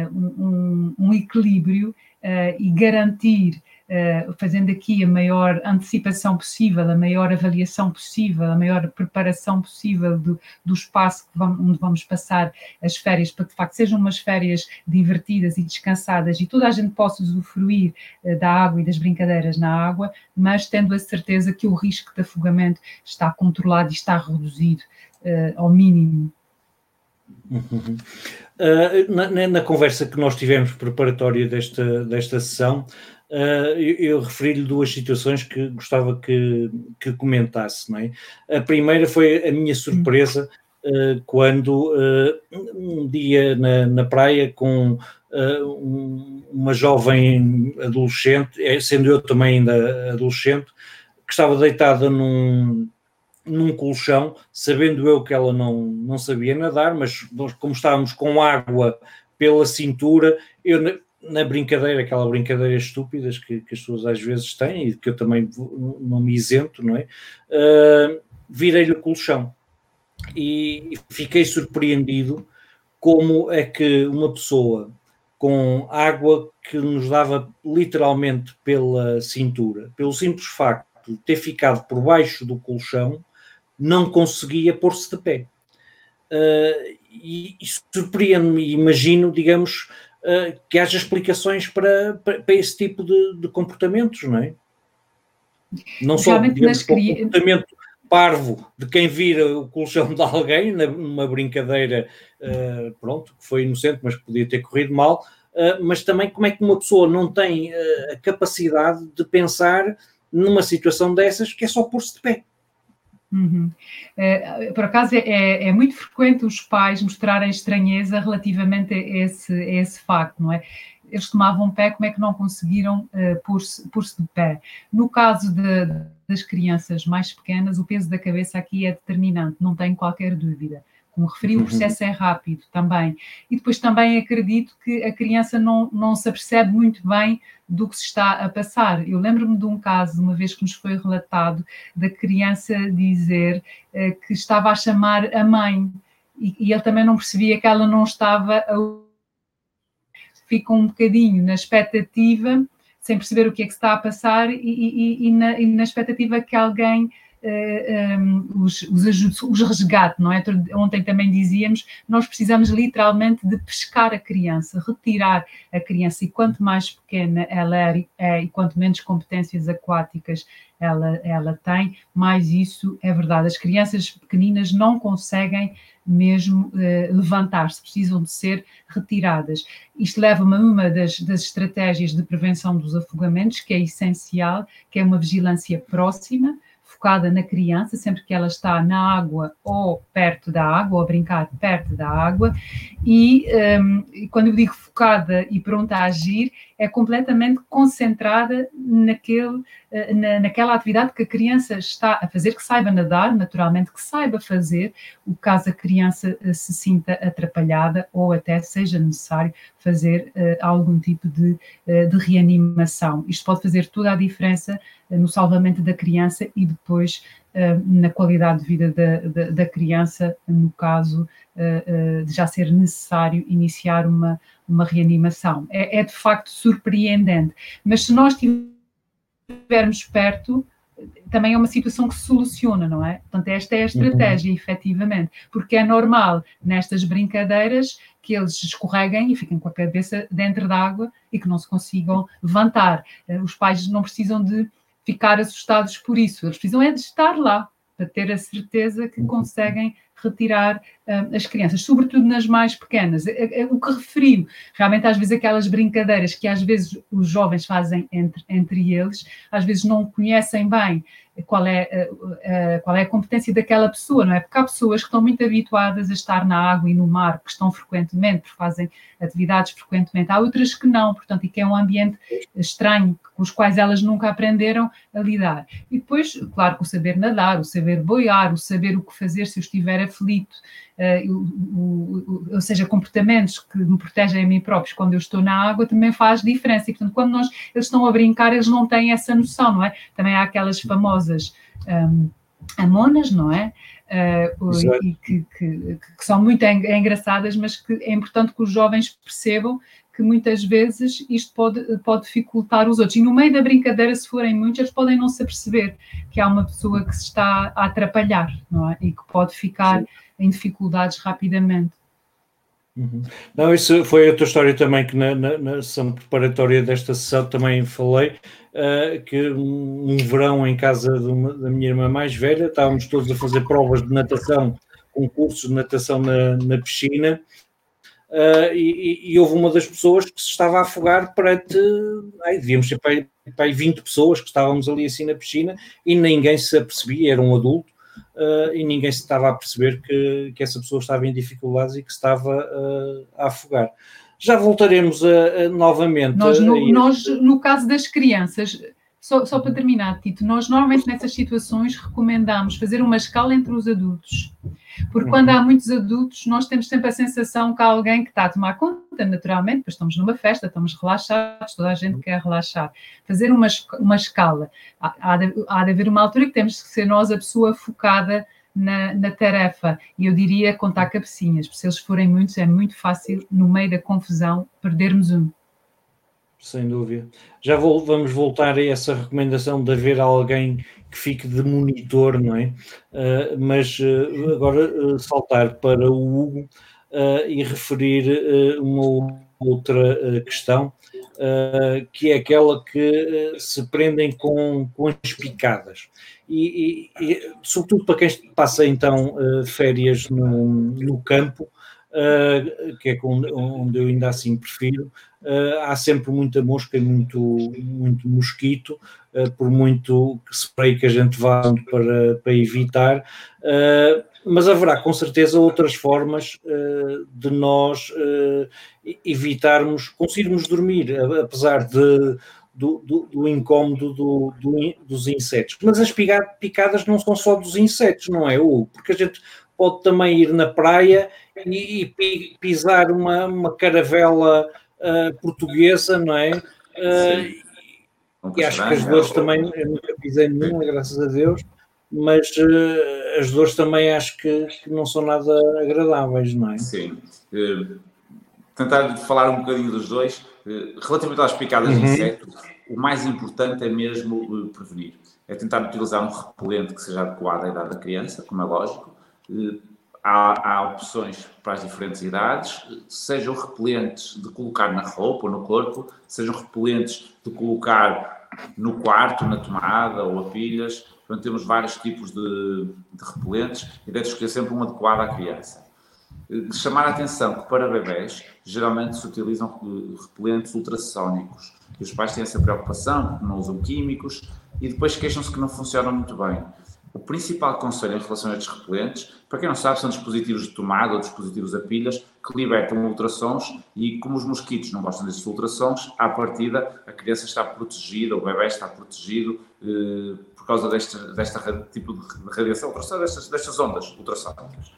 um equilíbrio e garantir, fazendo aqui a maior antecipação possível, a maior avaliação possível, a maior preparação possível do espaço onde vamos passar as férias, para que de facto sejam umas férias divertidas e descansadas e toda a gente possa usufruir da água e das brincadeiras na água, mas tendo a certeza que o risco de afogamento está controlado e está reduzido ao mínimo. Uhum. Na conversa que nós tivemos preparatória desta sessão, eu referi-lhe duas situações que gostava que comentasse, não é? A primeira foi a minha surpresa quando um dia na praia com uma jovem adolescente, sendo eu também ainda adolescente, que estava deitada num colchão, sabendo eu que ela não sabia nadar, mas nós, como estávamos com água pela cintura, na brincadeira, aquela brincadeira estúpidas que as pessoas às vezes têm e que eu também não me isento, não é? Virei-lhe o colchão e fiquei surpreendido como é que uma pessoa com água que nos dava literalmente pela cintura, pelo simples facto de ter ficado por baixo do colchão, não conseguia pôr-se de pé. E surpreende-me, imagino, digamos, que haja explicações para esse tipo de comportamentos, não é? Não só, digamos, para o comportamento parvo de quem vira o colchão de alguém, numa brincadeira, pronto, que foi inocente, mas que podia ter corrido mal, mas também como é que uma pessoa não tem a capacidade de pensar numa situação dessas que é só pôr-se de pé. Uhum. Por acaso é muito frequente os pais mostrarem estranheza relativamente a esse facto, não é? Eles tomavam pé, como é que não conseguiram pôr-se de pé? No caso das crianças mais pequenas, o peso da cabeça aqui é determinante, não tenho qualquer dúvida. Como referi, o processo é rápido também. E depois também acredito que a criança não se apercebe muito bem do que se está a passar. Eu lembro-me de um caso, uma vez que nos foi relatado, da criança dizer que estava a chamar a mãe e ele também não percebia que ela não estava fica um bocadinho na expectativa, sem perceber o que é que se está a passar e na expectativa que alguém os ajude, os resgate, não é? Ontem também dizíamos, nós precisamos literalmente de pescar a criança, retirar a criança, e quanto mais pequena ela é e quanto menos competências aquáticas ela tem, mais isso é verdade. As crianças pequeninas não conseguem mesmo levantar-se, precisam de ser retiradas. Isto leva-me a uma das estratégias de prevenção dos afogamentos, que é essencial, que é uma vigilância próxima, focada na criança, sempre que ela está na água ou perto da água, ou a brincar perto da água, e quando eu digo focada e pronta a agir, é completamente concentrada naquela atividade que a criança está a fazer, que saiba nadar, naturalmente, que saiba fazer, o caso a criança se sinta atrapalhada ou até seja necessário fazer algum tipo de reanimação. Isto pode fazer toda a diferença no salvamento da criança e depois na qualidade de vida da criança, no caso de já ser necessário iniciar uma reanimação. É de facto surpreendente, mas se nós estivermos perto, também é uma situação que se soluciona, não é? Portanto, esta é a estratégia, efetivamente, porque é normal nestas brincadeiras que eles escorreguem e fiquem com a cabeça dentro da água e que não se consigam levantar. Os pais não precisam de ficar assustados por isso, eles precisam é de estar lá, para ter a certeza que conseguem retirar as crianças, sobretudo nas mais pequenas. O que referi, realmente às vezes aquelas brincadeiras que às vezes os jovens fazem entre eles, às vezes não conhecem bem qual é a competência daquela pessoa, não é? Porque há pessoas que estão muito habituadas a estar na água e no mar, que estão frequentemente, porque fazem atividades frequentemente. Há outras que não, portanto, e que é um ambiente estranho, com os quais elas nunca aprenderam a lidar. E depois, claro, o saber nadar, o saber boiar, o saber o que fazer se eu estiver aflito, ou seja, comportamentos que me protegem a mim próprios quando eu estou na água, também faz diferença. E, portanto, quando eles estão a brincar, eles não têm essa noção, não é? Também há aquelas famosas amonas, não é? E que são muito engraçadas, mas que é importante que os jovens percebam que muitas vezes isto pode dificultar os outros. E no meio da brincadeira, se forem muitos, eles podem não se aperceber que há uma pessoa que se está a atrapalhar, não é? E que pode ficar em dificuldades rapidamente. Não, isso foi outra história também que na sessão preparatória desta sessão também falei, que um verão em casa da minha irmã mais velha, estávamos todos a fazer provas de natação, concursos de natação na piscina, e houve uma das pessoas que se estava a afogar devíamos ser para aí 20 pessoas que estávamos ali assim na piscina e ninguém se apercebia, era um adulto, e ninguém se estava a perceber que essa pessoa estava em dificuldades e que se estava a afogar. Já voltaremos novamente. Nós, no caso das crianças, Só para terminar, Tito, nós normalmente nessas situações recomendamos fazer uma escala entre os adultos, porque quando há muitos adultos nós temos sempre a sensação que há alguém que está a tomar conta, naturalmente, pois estamos numa festa, estamos relaxados, toda a gente quer relaxar. Fazer uma escala, há de haver uma altura que temos que ser nós a pessoa focada na tarefa, e eu diria contar cabecinhas, porque se eles forem muitos é muito fácil, no meio da confusão, perdermos um. Sem dúvida. Vamos voltar a essa recomendação de haver alguém que fique de monitor, não é? Mas agora saltar para o Hugo e referir uma outra questão, que é aquela que se prendem com as picadas. E sobretudo para quem passa então férias no campo, que é onde eu ainda assim prefiro, há sempre muita mosca e muito mosquito, por muito spray que a gente vá para evitar, mas haverá com certeza outras formas de nós evitarmos, conseguirmos dormir, apesar do incómodo dos insetos. Mas as picadas não são só dos insetos, não é, Hugo? Porque a gente pode também ir na praia e pisar uma caravela portuguesa, não é? E acho que as dores também, eu nunca pisei nenhuma, graças a Deus, mas as dores também acho que não são nada agradáveis, não é? Sim. Tentar falar um bocadinho dos dois. Relativamente às picadas de insetos, o mais importante é mesmo prevenir. É tentar utilizar um repelente que seja adequado à idade da criança, como é lógico. Há opções para as diferentes idades, sejam repelentes de colocar na roupa ou no corpo, sejam repelentes de colocar no quarto, na tomada ou a pilhas. Portanto, temos vários tipos de repelentes e deve escolher sempre um adequado à criança. Chamar a atenção que para bebés geralmente se utilizam repelentes ultrassónicos. E os pais têm essa preocupação, não usam químicos e depois queixam-se que não funcionam muito bem. O principal conselho em relação a estes repelentes, para quem não sabe, são dispositivos de tomada ou dispositivos a pilhas que libertam ultrassons e, como os mosquitos não gostam desses ultrassons, à partida a criança está protegida, o bebê está protegido por causa deste tipo de radiação, destas ondas ultrassónicas.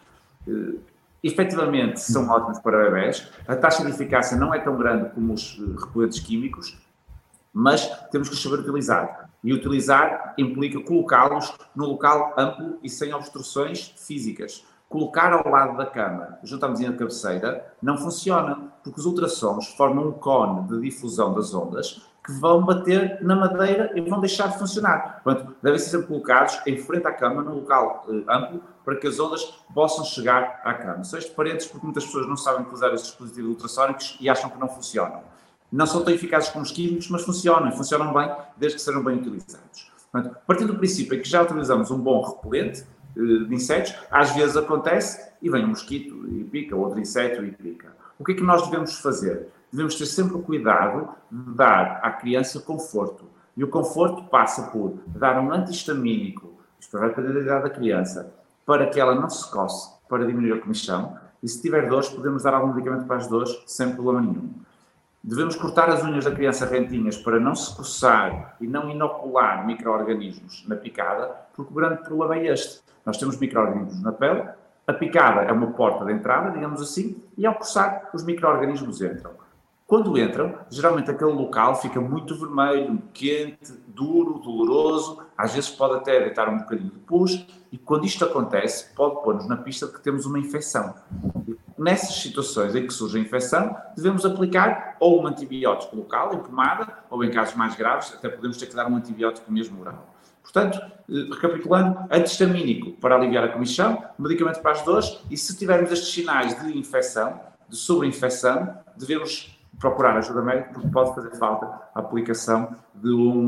Efetivamente, são ótimos para bebés. A taxa de eficácia não é tão grande como os repelentes químicos, mas temos que saber utilizar. E utilizar implica colocá-los num local amplo e sem obstruções físicas. Colocar ao lado da cama, junto à mesinha de cabeceira, não funciona, porque os ultrassons formam um cone de difusão das ondas que vão bater na madeira e vão deixar de funcionar. Portanto, devem ser sempre colocados em frente à cama, num local amplo, para que as ondas possam chegar à cama. Só este parênteses, porque muitas pessoas não sabem utilizar estes dispositivos ultrassónicos e acham que não funcionam. Não são tão eficazes como os químicos, mas funcionam bem, desde que sejam bem utilizados. Portanto, partindo do princípio em que já utilizamos um bom repelente de insetos, às vezes acontece e vem um mosquito e pica, outro inseto e pica. O que é que nós devemos fazer? Devemos ter sempre o cuidado de dar à criança conforto. E o conforto passa por dar um antihistamínico, isto vai depender da idade da criança, para que ela não se coce, para diminuir a comichão. E se tiver dores, podemos dar algum medicamento para as dores, sem problema nenhum. Devemos cortar as unhas da criança rentinhas para não se coçar e não inocular micro-organismos na picada, porque o grande problema é este. Nós temos micro-organismos na pele, a picada é uma porta de entrada, digamos assim, e ao coçar, os micro-organismos entram. Quando entram, geralmente aquele local fica muito vermelho, quente, duro, doloroso, às vezes pode até deitar um bocadinho de pus, e quando isto acontece, pode pôr-nos na pista de que temos uma infecção. Nessas situações em que surge a infecção, devemos aplicar ou um antibiótico local, em pomada, ou em casos mais graves, até podemos ter que dar um antibiótico mesmo oral. Portanto, recapitulando, antihistamínico para aliviar a comichão, medicamento para as dores, e se tivermos estes sinais de infecção, de sobreinfecção, devemos procurar ajuda médica, porque pode fazer falta a aplicação de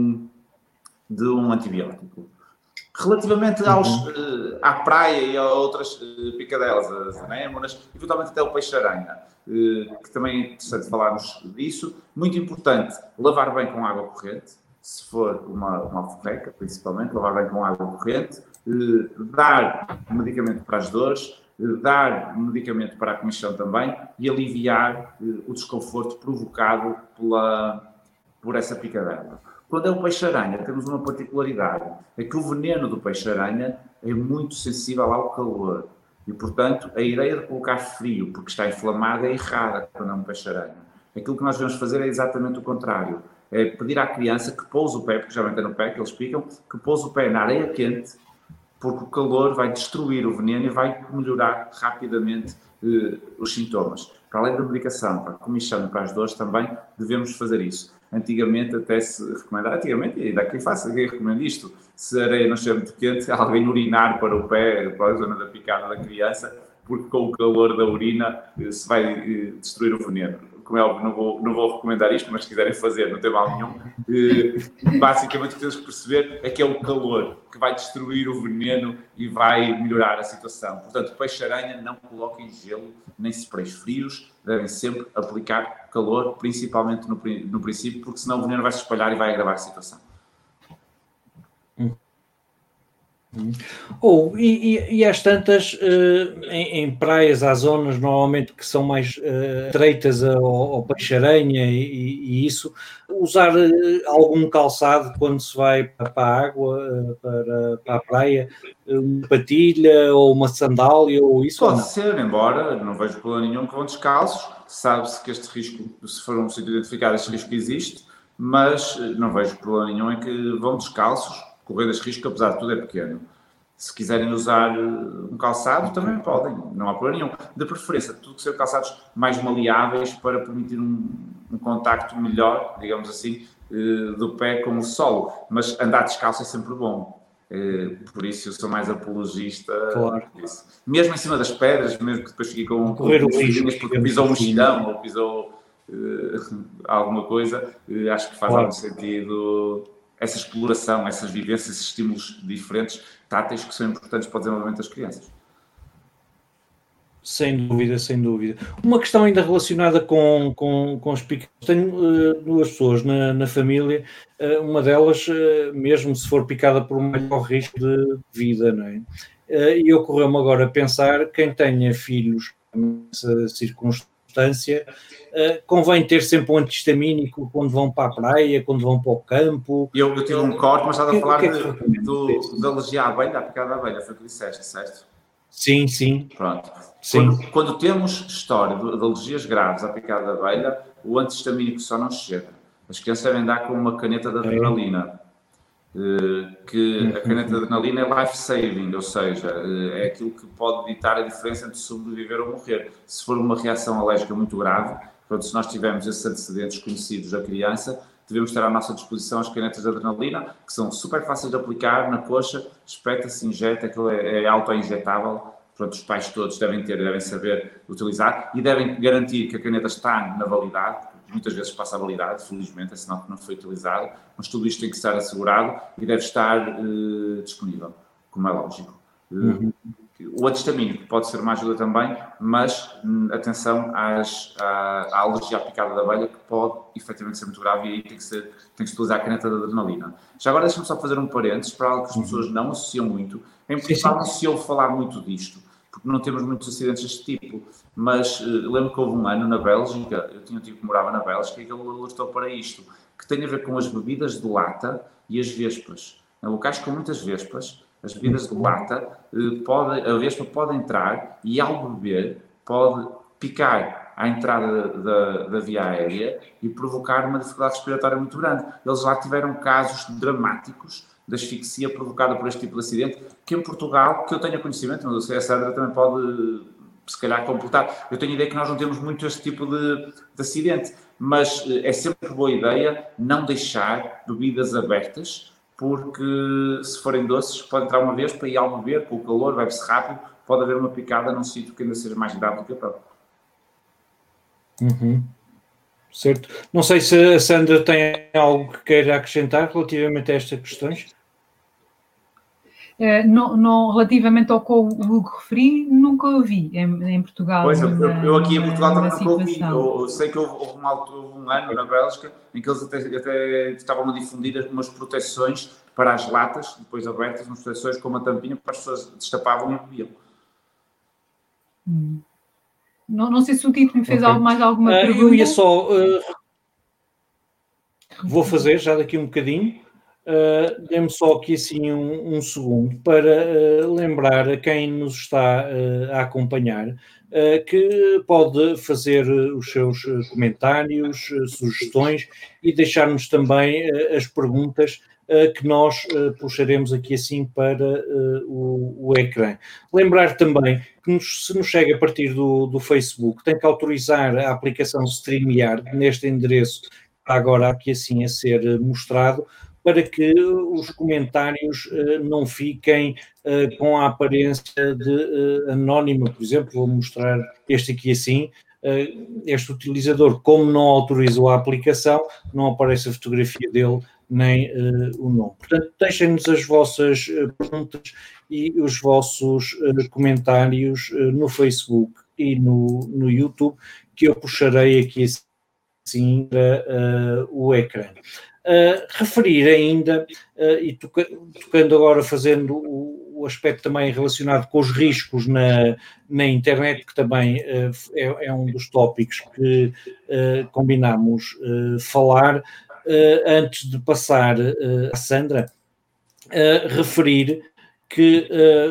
um antibiótico. Relativamente à praia e a outras picadelas, as anémonas, eventualmente até o peixe-aranha, que também é interessante falarmos disso. Muito importante, lavar bem com água corrente, se for uma alforreca, principalmente, lavar bem com água corrente, dar medicamento para as dores, dar medicamento para a comichão também e aliviar o desconforto provocado por essa picadela. Quando é o peixe-aranha, temos uma particularidade, é que o veneno do peixe-aranha é muito sensível ao calor. E, portanto, a ideia de colocar frio, porque está inflamado, é errada quando é um peixe-aranha. Aquilo que nós devemos fazer é exatamente o contrário. É pedir à criança que pouse o pé, porque já vem no pé, que eles picam, que pouse o pé na areia quente, porque o calor vai destruir o veneno e vai melhorar rapidamente os sintomas. Para além da medicação, para a comichão e para as dores, também devemos fazer isso. Antigamente até se recomendava, e daqui faço, ninguém recomenda isto, se a areia não estiver muito quente, alguém urinar para o pé, para a zona da picada da criança, porque com o calor da urina se vai destruir o veneno. Como é óbvio, não vou recomendar isto, mas se quiserem fazer, não tem mal nenhum. Basicamente, o que temos que perceber é que é o calor que vai destruir o veneno e vai melhorar a situação. Portanto, peixe-aranha não coloquem gelo nem sprays frios, devem sempre aplicar calor, principalmente no princípio, porque senão o veneno vai se espalhar e vai agravar a situação. E às tantas, em praias, há zonas normalmente que são mais estreitas ao peixe-aranha e isso, usar algum calçado quando se vai para a água, para a praia, uma patilha ou uma sandália ou isso? Pode ser, embora não vejo problema nenhum que vão descalços, sabe-se que este risco, se for um sítio identificado, este risco existe, mas não vejo problema nenhum em que vão descalços, correr este risco, apesar de tudo é pequeno. Se quiserem usar um calçado, também podem, não há problema nenhum. De preferência, tudo que sejam calçados mais maleáveis para permitir um contacto melhor, digamos assim, do pé com o solo. Mas andar descalço é sempre bom. Por isso eu sou mais apologista disso. Mesmo em cima das pedras, mesmo que depois fique com filhinhas, porque pisou um chilhão ou pisou alguma coisa, acho que faz algum sentido essa exploração, essas vivências, esses estímulos diferentes, táteis, que são importantes para o desenvolvimento das crianças. Sem dúvida, sem dúvida. Uma questão ainda relacionada com os picados. Tenho duas pessoas na família, uma delas, mesmo se for picada por um maior risco de vida, não é? E ocorreu-me agora pensar, quem tenha filhos nessa circunstância, convém ter sempre um antihistamínico quando vão para a praia, quando vão para o campo. Eu tive um corte, mas estava a falar da alergia à abelha, à picada da abelha, foi o que disseste, certo? Sim, sim. Pronto. Sim. Quando temos história de alergias graves à picada da abelha, o antihistamínico só não chega. As crianças devem dar com uma caneta de adrenalina. Que a caneta de adrenalina é life-saving, ou seja, é aquilo que pode ditar a diferença entre sobreviver ou morrer. Se for uma reação alérgica muito grave, portanto, se nós tivermos esses antecedentes conhecidos da criança, devemos ter à nossa disposição as canetas de adrenalina, que são super fáceis de aplicar na coxa, espeta-se, injeta, aquilo é auto-injetável. Portanto, os pais todos devem saber utilizar e devem garantir que a caneta está na validade. Muitas vezes passa a validade, felizmente, é sinal que não foi utilizado, mas tudo isto tem que estar assegurado e deve estar disponível, como é lógico. O antihistamínico pode ser uma ajuda também, mas atenção à alergia à picada da abelha, que pode efetivamente ser muito grave e aí tem que se utilizar a caneta de adrenalina. Já agora deixa-me só fazer um parênteses para algo que as pessoas não associam muito. Em Portugal não se ouve falar muito disto, porque não temos muitos acidentes deste tipo, mas lembro que houve um ano na Bélgica, eu tinha um tipo que morava na Bélgica e que ele alertou para isto, que tem a ver com as bebidas de lata e as vespas. Em locais com muitas vespas, as bebidas de lata, a vespa pode entrar e ao beber pode picar à entrada da via aérea e provocar uma dificuldade respiratória muito grande. Eles lá tiveram casos dramáticos de asfixia provocada por este tipo de acidente, que em Portugal, que eu tenha conhecimento, mas a Sandra também pode, se calhar, completar. Eu tenho a ideia que nós não temos muito este tipo de acidente, mas é sempre boa ideia não deixar bebidas abertas, porque se forem doces, pode entrar uma vespa e ao beber, com o calor, bebe-se rápido, pode haver uma picada num sítio que ainda seja mais grave do que a própria. Certo. Não sei se a Sandra tem algo que queira acrescentar relativamente a estas questões. Não, relativamente ao que o Hugo referi, nunca ouvi em Portugal. Pois, eu aqui em Portugal também nunca ouvi. Eu sei que houve um ano na Bélgica em que eles até estavam a difundir umas proteções para as latas, depois abertas, umas proteções com uma tampinha para as pessoas destapavam e bebiam. Não sei se o Tito me fez mais alguma pergunta. Eu ia só Vou fazer já daqui um bocadinho. Dê-me só aqui assim um segundo para lembrar a quem nos está a acompanhar que pode fazer os seus comentários, sugestões e deixar-nos também as perguntas que nós puxaremos aqui assim para o ecrã. Lembrar também que se nos chega a partir do Facebook, tem que autorizar a aplicação StreamYard neste endereço que está agora aqui assim a ser mostrado, para que os comentários não fiquem com a aparência de anónima. Por exemplo, vou mostrar este aqui assim. Este utilizador, como não autorizou a aplicação, não aparece a fotografia dele nem o nome. Portanto, deixem-nos as vossas perguntas e os vossos comentários no Facebook e no YouTube, que eu puxarei aqui assim para o ecrã. Referir ainda, e tocando agora, fazendo o aspecto também relacionado com os riscos na internet, que também é um dos tópicos que combinámos falar, antes de passar à Sandra, referir que,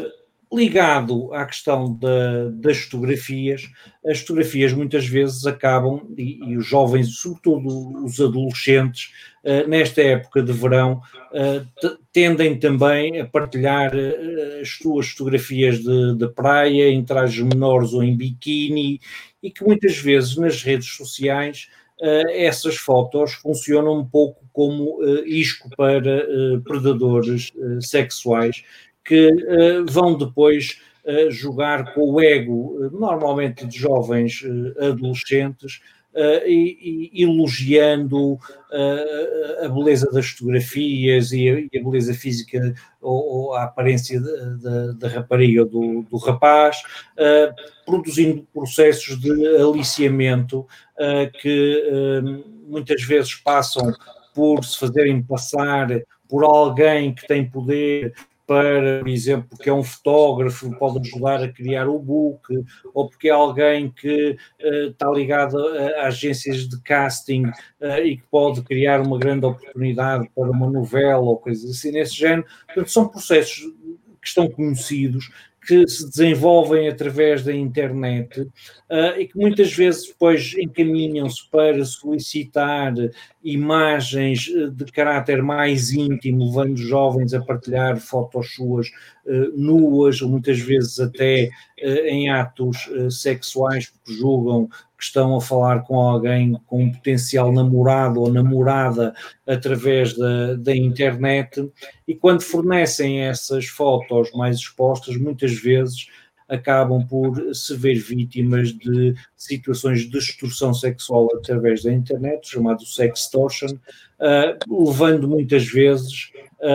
ligado à questão das fotografias, as fotografias muitas vezes acabam, e os jovens, sobretudo os adolescentes, nesta época de verão, tendem também a partilhar as suas fotografias de praia, em trajes menores ou em biquíni, e que muitas vezes nas redes sociais essas fotos funcionam um pouco como isco para predadores sexuais, que vão depois jogar com o ego, normalmente de jovens adolescentes, e elogiando a beleza das fotografias e a beleza física ou a aparência da rapariga ou do rapaz, produzindo processos de aliciamento que muitas vezes passam por se fazerem passar por alguém que tem poder, para, por exemplo, porque é um fotógrafo, pode ajudar a criar o book, ou porque é alguém que está ligado a agências de casting e que pode criar uma grande oportunidade para uma novela ou coisas assim nesse género. Portanto, são processos que estão conhecidos, que se desenvolvem através da internet e que muitas vezes depois encaminham-se para solicitar imagens de caráter mais íntimo, levando jovens a partilhar fotos suas nuas, ou muitas vezes até em atos sexuais, porque julgam que estão a falar com alguém, com um potencial namorado ou namorada através da internet, e quando fornecem essas fotos mais expostas, muitas vezes acabam por se ver vítimas de situações de extorsão sexual através da internet, chamado sextortion, levando muitas vezes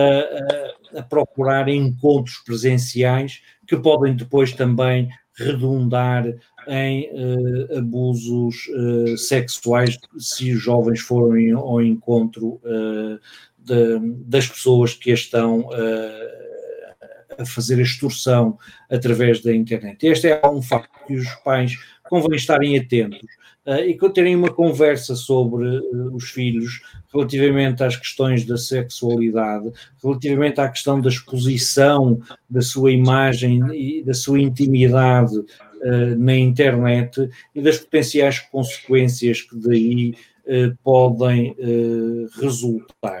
a procurar encontros presenciais que podem depois também redundar em abusos sexuais, se os jovens forem ao encontro das pessoas que estão a fazer a extorsão através da internet. Este é um facto que os pais convém estarem atentos e que terem uma conversa sobre os filhos relativamente às questões da sexualidade, relativamente à questão da exposição da sua imagem e da sua intimidade na internet e das potenciais consequências que daí podem resultar.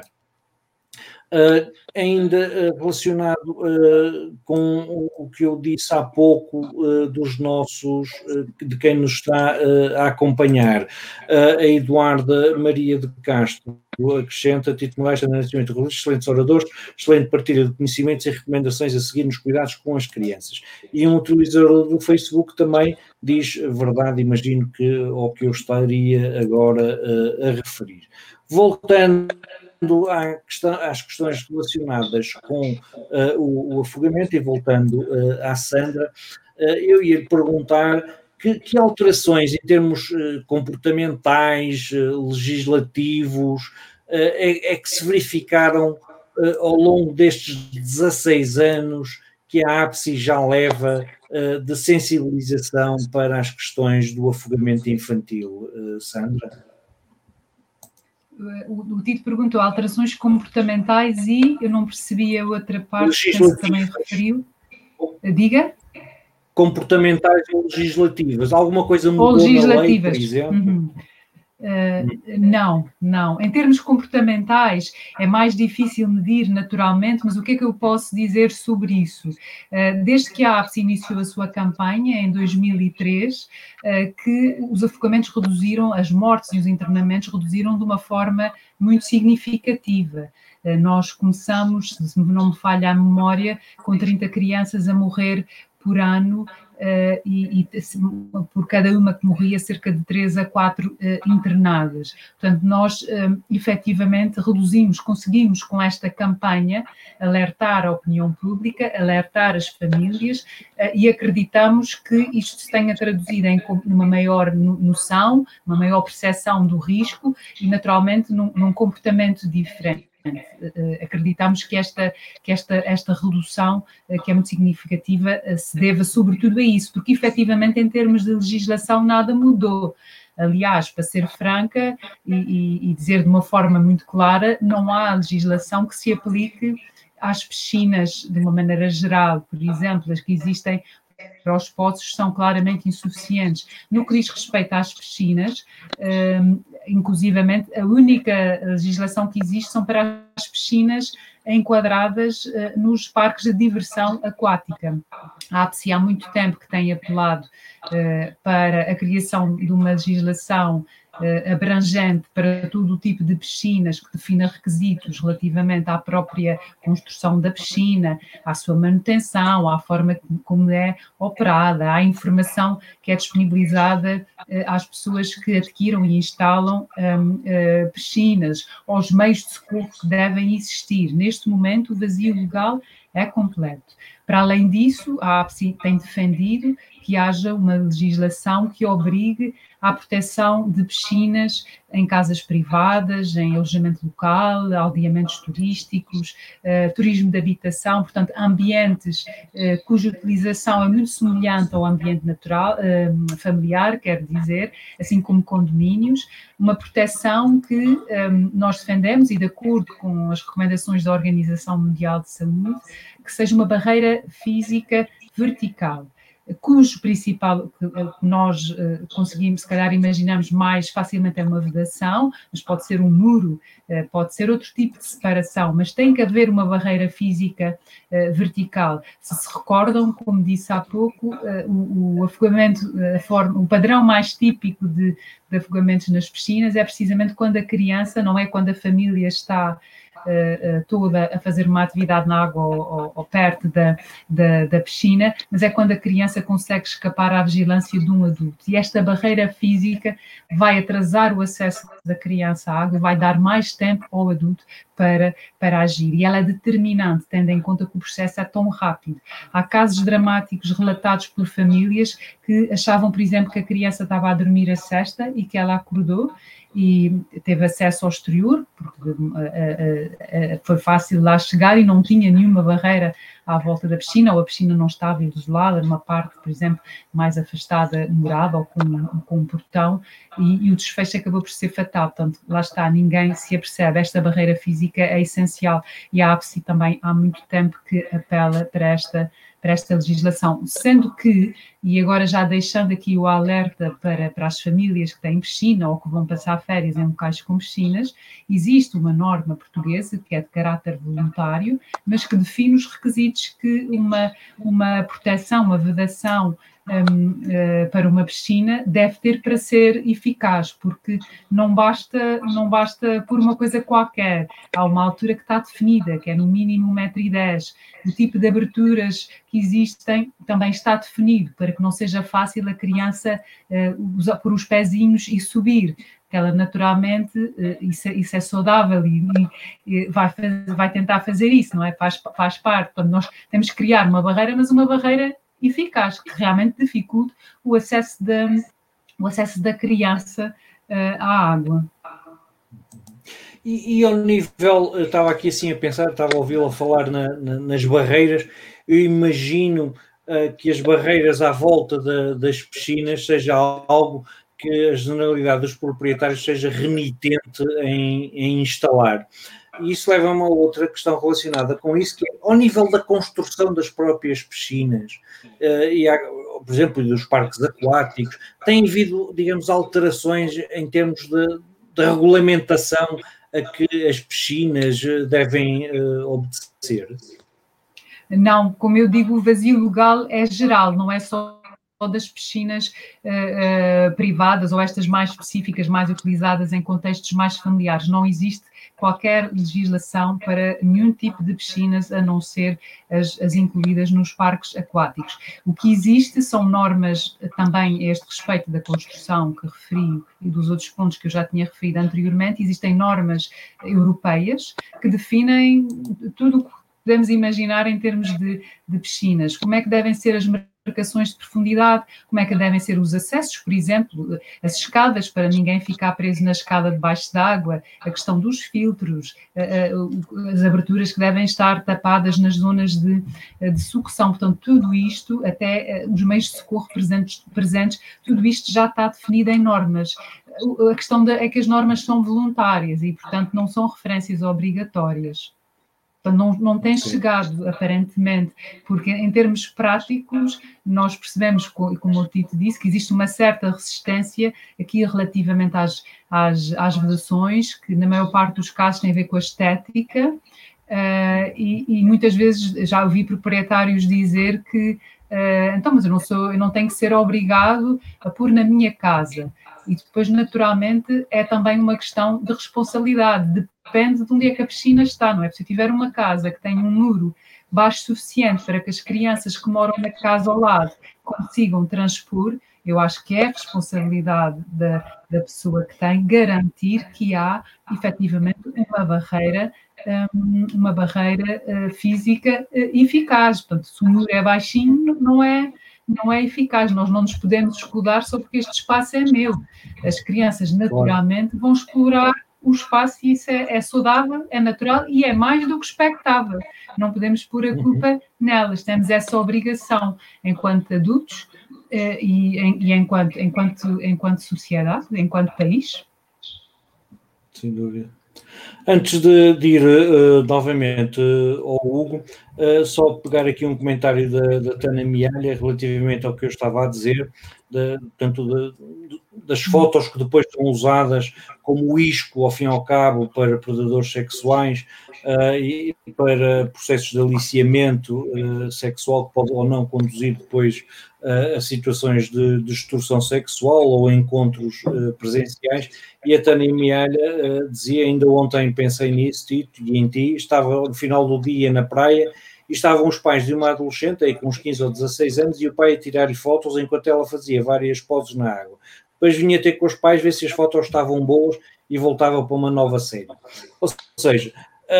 Ainda relacionado com o que eu disse há pouco dos nossos, de quem nos está a acompanhar, a Eduarda Maria de Castro acrescenta: titulares de nascimento religioso, excelentes oradores, excelente partilha de conhecimentos e recomendações a seguir nos cuidados com as crianças. E um utilizador do Facebook também diz verdade, imagino que ao que eu estaria agora a referir. Voltando às questões relacionadas com o afogamento e voltando à Sandra, eu ia lhe perguntar que alterações em termos comportamentais, legislativos, é que se verificaram ao longo destes 16 anos que a APSI já leva de sensibilização para as questões do afogamento infantil, Sandra? o Tito perguntou alterações comportamentais e eu não percebi a outra parte que também referiu. Diga. Comportamentais ou legislativas. Alguma coisa mudou na lei, por exemplo? Não. Em termos comportamentais é mais difícil medir naturalmente, mas o que é que eu posso dizer sobre isso? Desde que a APSI iniciou a sua campanha em 2003, que os afogamentos reduziram, as mortes e os internamentos reduziram de uma forma muito significativa. Nós começamos, se não me falha a memória, com 30 crianças a morrer por ano, e por cada uma que morria, cerca de 3 a 4 internadas. Portanto, nós efetivamente conseguimos com esta campanha alertar a opinião pública, alertar as famílias, e acreditamos que isto se tenha traduzido em uma maior noção, uma maior percepção do risco e, naturalmente, num comportamento diferente. Acreditamos que esta redução, que é muito significativa, se deva sobretudo a isso, porque efetivamente em termos de legislação nada mudou. Aliás, para ser franca e dizer de uma forma muito clara, não há legislação que se aplique às piscinas de uma maneira geral. Por exemplo, as que existem para os poços são claramente insuficientes. No que diz respeito às piscinas, inclusivamente, a única legislação que existe são para as piscinas enquadradas nos parques de diversão aquática. A APSI há muito tempo que tem apelado para a criação de uma legislação abrangente para todo o tipo de piscinas, que defina requisitos relativamente à própria construção da piscina, à sua manutenção, à forma como é operada, à informação que é disponibilizada às pessoas que adquiram e instalam piscinas, aos meios de socorro que devem existir. Neste momento, o vazio legal é completo. Para além disso, a APSI tem defendido que haja uma legislação que obrigue à proteção de piscinas em casas privadas, em alojamento local, aldeamentos turísticos, turismo de habitação, portanto, ambientes cuja utilização é muito semelhante ao ambiente natural, familiar, quer dizer, assim como condomínios, uma proteção que nós defendemos e de acordo com as recomendações da Organização Mundial de Saúde, que seja uma barreira física vertical, cujo principal, que nós conseguimos, se calhar imaginamos mais facilmente é uma vedação, mas pode ser um muro, pode ser outro tipo de separação, mas tem que haver uma barreira física vertical. Se recordam, como disse há pouco, o afogamento, o padrão mais típico de afogamentos nas piscinas é precisamente quando a criança, não é quando a família está toda a fazer uma atividade na água ou perto da piscina, mas é quando a criança consegue escapar à vigilância de um adulto. E esta barreira física vai atrasar o acesso da criança à água, vai dar mais tempo ao adulto para agir. E ela é determinante, tendo em conta que o processo é tão rápido. Há casos dramáticos relatados por famílias que achavam, por exemplo, que a criança estava a dormir a sesta e que ela acordou e teve acesso ao exterior, porque foi fácil lá chegar e não tinha nenhuma barreira à volta da piscina, ou a piscina não estava isolada, numa parte, por exemplo, mais afastada, morada ou com um portão, e o desfecho acabou por ser fatal. Portanto, lá está, ninguém se apercebe. Esta barreira física é essencial e a APSI também há muito tempo que apela para esta legislação, sendo que, e agora já deixando aqui o alerta para as famílias que têm piscina ou que vão passar férias em locais com piscinas, existe uma norma portuguesa que é de caráter voluntário, mas que define os requisitos que uma proteção, uma vedação para uma piscina deve ter para ser eficaz, porque não basta por uma coisa qualquer. Há uma altura que está definida, que é no mínimo 1,10 m. O tipo de aberturas que existem também está definido, para que não seja fácil a criança pôr os pezinhos e subir. Ela naturalmente, isso é saudável e vai tentar fazer isso, não é? Faz parte. Portanto, nós temos que criar uma barreira, mas uma barreira eficaz, que realmente dificulte o acesso da criança à água. E ao nível, eu estava aqui assim a pensar, estava a ouvi-la falar nas barreiras, eu imagino que as barreiras à volta das piscinas seja algo que a generalidade dos proprietários seja renitente em instalar. E isso leva a uma outra questão relacionada com isso, que é ao nível da construção das próprias piscinas, por exemplo, dos parques aquáticos, tem havido, digamos, alterações em termos de regulamentação a que as piscinas devem obedecer? Não, como eu digo, o vazio legal é geral, não é só das piscinas privadas ou estas mais específicas, mais utilizadas em contextos mais familiares. Não existe qualquer legislação para nenhum tipo de piscinas, a não ser as incluídas nos parques aquáticos. O que existe são normas também a este respeito da construção que referi e dos outros pontos que eu já tinha referido anteriormente. Existem normas europeias que definem tudo o que podemos imaginar em termos de piscinas, como é que devem ser as marcações de profundidade, como é que devem ser os acessos, por exemplo, as escadas, para ninguém ficar preso na escada debaixo d'água, a questão dos filtros, as aberturas que devem estar tapadas nas zonas de sucção. Portanto, tudo isto, até os meios de socorro presentes, tudo isto já está definido em normas. A questão é que as normas são voluntárias e, portanto, não são referências obrigatórias. Não tem chegado, aparentemente, porque em termos práticos nós percebemos, como o Tito disse, que existe uma certa resistência aqui relativamente às vedações, que na maior parte dos casos tem a ver com a estética, e muitas vezes já ouvi proprietários dizer que então, mas eu não tenho que ser obrigado a pôr na minha casa. E depois, naturalmente, é também uma questão de responsabilidade. Depende de onde é que a piscina está, não é? Se eu tiver uma casa que tem um muro baixo suficiente para que as crianças que moram na casa ao lado consigam transpor, eu acho que é a responsabilidade da pessoa que tem garantir que há, efetivamente, uma barreira física eficaz. Portanto, se o muro é baixinho, não é eficaz. Nós não nos podemos escudar só porque este espaço é meu. As crianças, naturalmente, vão explorar o espaço e isso é saudável, é natural e é mais do que expectável. Não podemos pôr a culpa nelas. Temos essa obrigação enquanto adultos e enquanto sociedade, enquanto país. Sem dúvida. Antes de ir novamente ao Hugo, só pegar aqui um comentário da Tânia Mialha relativamente ao que eu estava a dizer, das fotos que depois são usadas como isco, ao fim e ao cabo, para predadores sexuais e para processos de aliciamento sexual que pode ou não conduzir depois a situações de extorsão sexual ou encontros presenciais. E a Tânia Mialha dizia, ainda ontem pensei nisso, Tito, e em ti, estava no final do dia na praia e estavam os pais de uma adolescente, aí com uns 15 ou 16 anos, e o pai a tirar-lhe fotos enquanto ela fazia várias poses na água. Depois vinha ter com os pais, ver se as fotos estavam boas e voltava para uma nova série. Ou seja,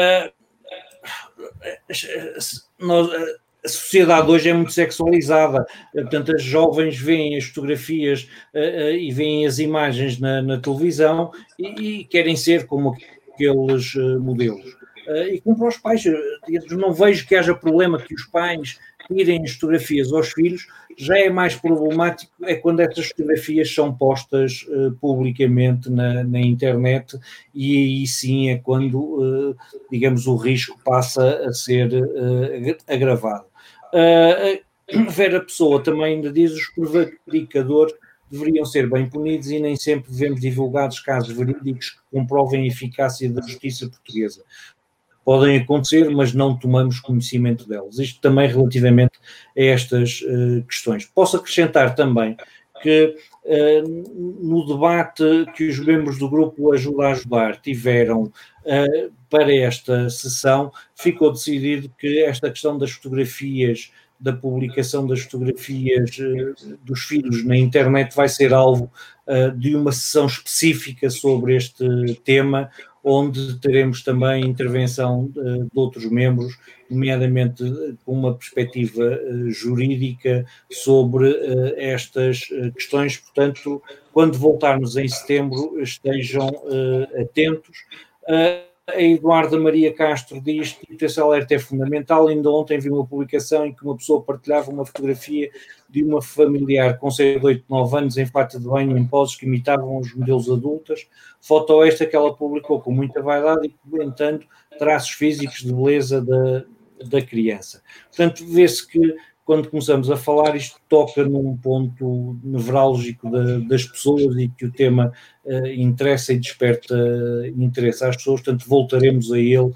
a sociedade hoje é muito sexualizada, portanto as jovens veem as fotografias e veem as imagens na televisão e querem ser como aqueles modelos. E como para os pais, eu não vejo que haja problema que os pais tirem as fotografias aos filhos. Já é mais problemático é quando essas fotografias são postas publicamente na internet, e aí sim é quando, digamos, o risco passa a ser agravado. A Vera Pessoa também ainda diz: os prevaricadores deveriam ser bem punidos e nem sempre vemos divulgados casos verídicos que comprovem a eficácia da justiça portuguesa. Podem acontecer, mas não tomamos conhecimento delas. Isto também relativamente a estas questões. Posso acrescentar também que no debate que os membros do grupo Ajuda a Ajudar tiveram para esta sessão, ficou decidido que esta questão das fotografias, da publicação das fotografias dos filhos na internet vai ser alvo de uma sessão específica sobre este tema, onde teremos também intervenção de outros membros, nomeadamente com uma perspectiva jurídica sobre estas questões. Portanto, quando voltarmos em setembro, estejam atentos. A Eduarda Maria Castro diz que esse alerta é fundamental. Ainda ontem vi uma publicação em que uma pessoa partilhava uma fotografia de uma familiar com cerca de 8, 9 anos em fato de banho em poses que imitavam os modelos adultas. Foto esta que ela publicou com muita vaidade e comentando traços físicos de beleza da criança. Portanto, vê-se que quando começamos a falar, isto toca num ponto nevrálgico das pessoas e que o tema interessa e desperta interesse às pessoas, portanto voltaremos a ele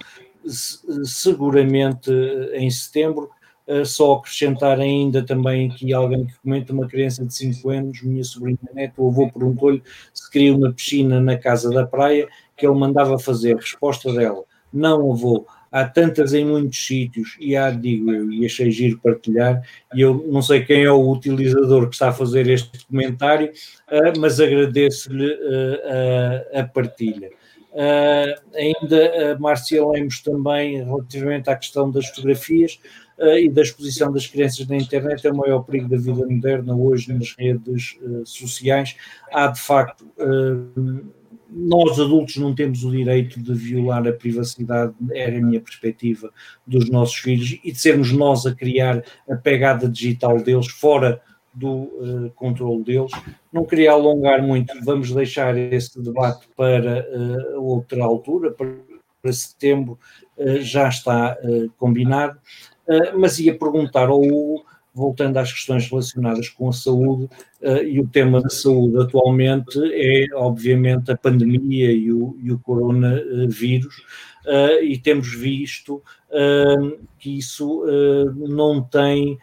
seguramente em setembro. Só acrescentar ainda também aqui alguém que comenta, uma criança de 5 anos, minha sobrinha neto, o avô perguntou-lhe se queria uma piscina na casa da praia, que ele mandava fazer. Resposta dela: não, avô, há tantas em muitos sítios, e digo eu, e achei giro partilhar, e eu não sei quem é o utilizador que está a fazer este comentário, mas agradeço-lhe a partilha. Ainda a Márcia Lemos também, relativamente à questão das fotografias e da exposição das crianças na internet, é o maior perigo da vida moderna hoje nas redes sociais. Há, de facto, nós adultos não temos o direito de violar a privacidade, era a minha perspectiva, dos nossos filhos, e de sermos nós a criar a pegada digital deles fora do controle deles. Não queria alongar muito, vamos deixar esse debate para outra altura, para setembro, já está combinado, mas ia perguntar ao Hugo, voltando às questões relacionadas com a saúde, e o tema da saúde atualmente é, obviamente, a pandemia e o coronavírus, e temos visto que isso não tem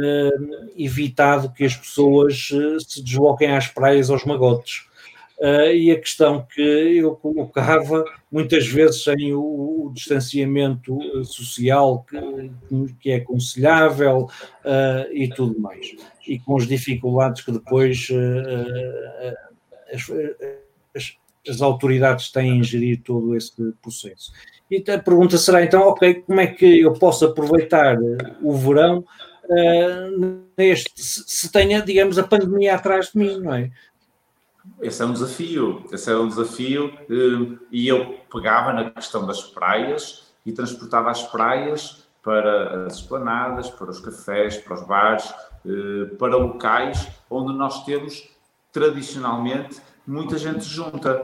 evitado que as pessoas se desloquem às praias aos magotes. E a questão que eu colocava, muitas vezes sem o distanciamento social que é aconselhável e tudo mais, e com as dificuldades que depois as autoridades têm em gerir todo esse processo. E a pergunta será então, ok, como é que eu posso aproveitar o verão se tenha, digamos, a pandemia atrás de mim, não é? Esse é um desafio, e eu pegava na questão das praias e transportava as praias para as esplanadas, para os cafés, para os bares, para locais onde nós temos tradicionalmente muita gente junta.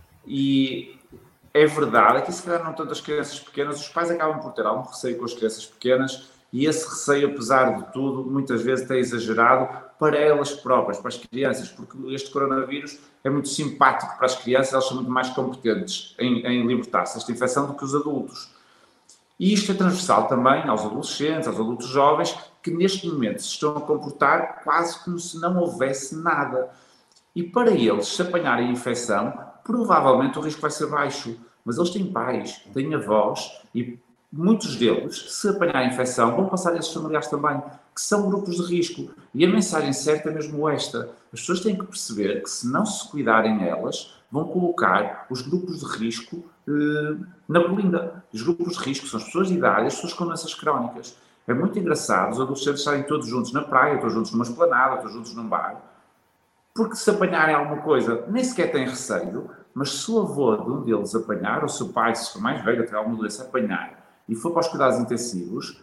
E é verdade, aqui se calhar não tanto as crianças pequenas, os pais acabam por ter algum receio com as crianças pequenas, e esse receio, apesar de tudo, muitas vezes é exagerado para elas próprias, para as crianças, porque este coronavírus é muito simpático para as crianças, elas são muito mais competentes em libertar-se desta infecção do que os adultos. E isto é transversal também aos adolescentes, aos adultos jovens, que neste momento se estão a comportar quase como se não houvesse nada. E para eles, se apanharem a infecção, provavelmente o risco vai ser baixo. Mas eles têm pais, têm avós, e muitos deles, se apanhar a infecção, vão passar a esses familiares também, que são grupos de risco. E a mensagem certa é mesmo esta. As pessoas têm que perceber que, se não se cuidarem elas, vão colocar os grupos de risco na berlinda. Os grupos de risco são as pessoas de idade, as pessoas com doenças crónicas. É muito engraçado os adolescentes estarem todos juntos na praia, todos juntos numa esplanada, todos juntos num bar, porque se apanharem alguma coisa, nem sequer têm receio, mas se o avô de um deles apanhar, ou se o pai, se for mais velho, até alguma doença, apanhar, e for para os cuidados intensivos,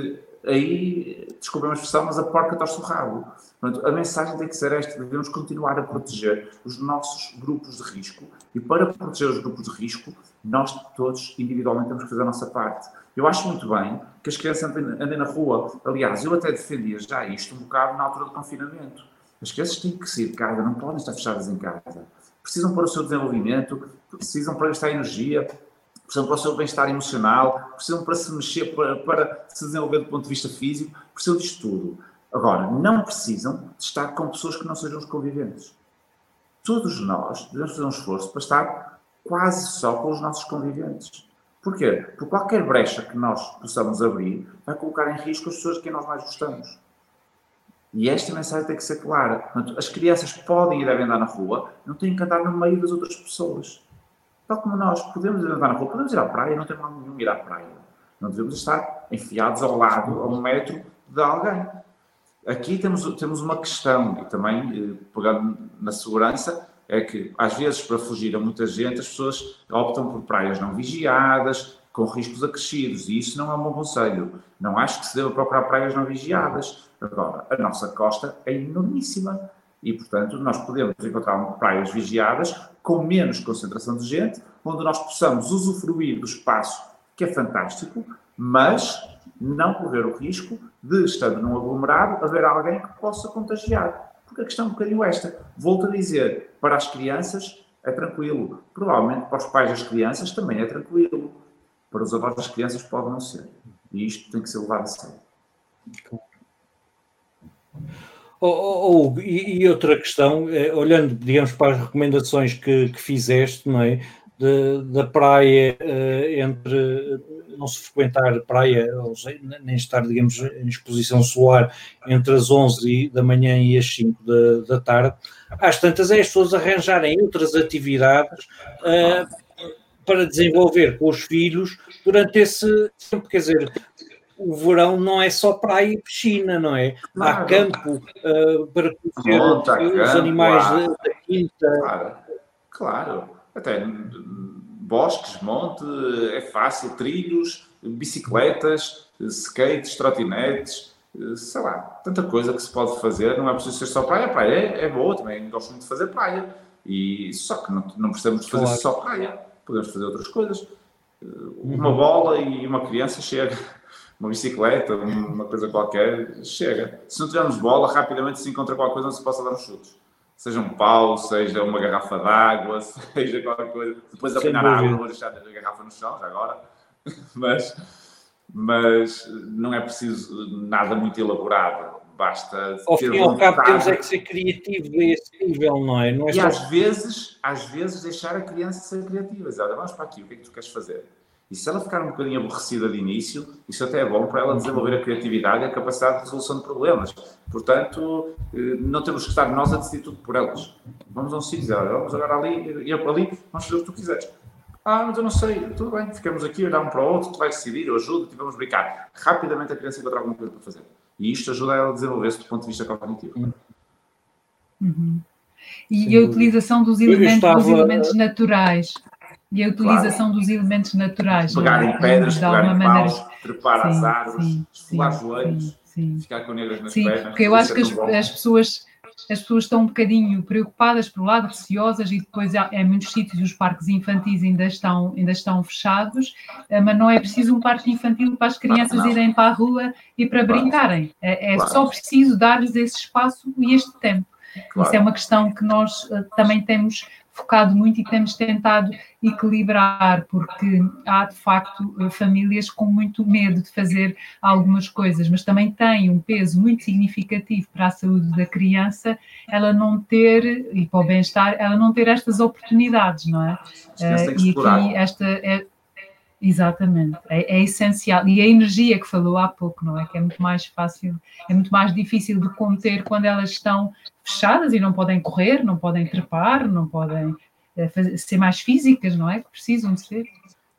aí, desculpem a expressão, mas a porca torce o rabo. Portanto, a mensagem tem que ser esta: devemos continuar a proteger os nossos grupos de risco, e para proteger os grupos de risco, nós todos individualmente temos que fazer a nossa parte. Eu acho muito bem que as crianças andem na rua. Aliás, eu até defendia já isto um bocado na altura do confinamento. As crianças têm que sair de casa, não podem estar fechadas em casa. Precisam para o seu desenvolvimento, precisam para gastar energia, precisam para o seu bem-estar emocional, precisam para se mexer, para se desenvolver do ponto de vista físico, precisam disto tudo. Agora, não precisam de estar com pessoas que não sejam os conviventes. Todos nós devemos fazer um esforço para estar quase só com os nossos conviventes. Porquê? Porque qualquer brecha que nós possamos abrir vai colocar em risco as pessoas de quem nós mais gostamos. E esta mensagem tem que ser clara. Portanto, as crianças podem e devem andar na rua, não têm que andar no meio das outras pessoas. Tal como nós podemos andar na rua, podemos ir à praia, não tem mal nenhum ir à praia. Não devemos estar enfiados ao lado, a 1 metro de alguém. Aqui temos uma questão, e também, pegando na segurança, é que, às vezes, para fugir a muita gente, as pessoas optam por praias não vigiadas, com riscos acrescidos, e isso não é um bom conselho. Não acho que se deva procurar praias não vigiadas. Agora, a nossa costa é enormíssima e, portanto, nós podemos encontrar praias vigiadas com menos concentração de gente, onde nós possamos usufruir do espaço, que é fantástico, mas não correr o risco de, estando num aglomerado, haver alguém que possa contagiar. Porque a questão é um bocadinho esta. Volto a dizer, para as crianças é tranquilo. Provavelmente para os pais das crianças também é tranquilo. Para os avós das crianças pode não ser. E isto tem que ser levado a sério. E outra questão, olhando, digamos, para as recomendações que fizeste, não é? Da praia, entre não se frequentar praia, ou seja, nem estar, digamos, em exposição solar entre as 11 da manhã e as 5 da tarde, às tantas é as pessoas arranjarem outras atividades para desenvolver com os filhos durante esse tempo. Quer dizer, o verão não é só praia e piscina, não é? Há campo para conhecer os animais da quinta. Claro. Até bosques, monte, é fácil, trilhos, bicicletas, skates, trotinetes, sei lá, tanta coisa que se pode fazer, não é preciso ser só praia. A praia é boa, também gosto muito de fazer praia, e só que não precisamos de fazer só praia, podemos fazer outras coisas. Uma bola e uma criança chega, uma bicicleta, uma coisa qualquer, chega. Se não tivermos bola, rapidamente se encontra qualquer coisa onde se possa dar uns chutes. Seja um pau, seja uma garrafa d'água, seja qualquer coisa. Depois apanhar a água, não vou deixar a garrafa no chão, já agora. Mas não é preciso nada muito elaborado. Basta ao fim e ao cabo temos é que ser criativos a esse nível, não é? Não é e só... às vezes deixar a criança ser criativa. Olha, vamos para aqui, o que é que tu queres fazer? E se ela ficar um bocadinho aborrecida de início, isso até é bom para ela desenvolver a criatividade e a capacidade de resolução de problemas. Portanto, não temos que estar nós a decidir tudo por elas. Vamos a um sítio, vamos agora ali, e ali, vamos fazer o que tu quiseres. Mas eu não sei, tudo bem, ficamos aqui, olhar um para o outro, tu vais decidir, eu ajudo-te e vamos brincar. Rapidamente a criança encontra alguma coisa para fazer. E isto ajuda ela a desenvolver-se do ponto de vista cognitivo. E a utilização dos elementos naturais. E a utilização dos elementos naturais. Pegar em pedras, pegar em paus, trepar às árvores, esfolar joelhos, ficar com negras nas pernas. Porque eu acho que as pessoas estão um bocadinho preocupadas, por um lado, receosas, e depois em muitos sítios os parques infantis ainda estão fechados, mas não é preciso um parque infantil para as crianças irem para a rua e para brincarem. É só preciso dar-lhes esse espaço e este tempo. Isso é uma questão que nós também temos focado muito e temos tentado equilibrar, porque há, de facto, famílias com muito medo de fazer algumas coisas, mas também tem um peso muito significativo para a saúde da criança ela não ter, e para o bem-estar, ela não ter estas oportunidades, não é? E aqui exatamente, é essencial. E a energia que falou há pouco, não é? Que é muito mais fácil, é muito mais difícil de conter quando elas estão fechadas e não podem correr, não podem trepar, não podem ser mais físicas, não é? Que precisam de ser.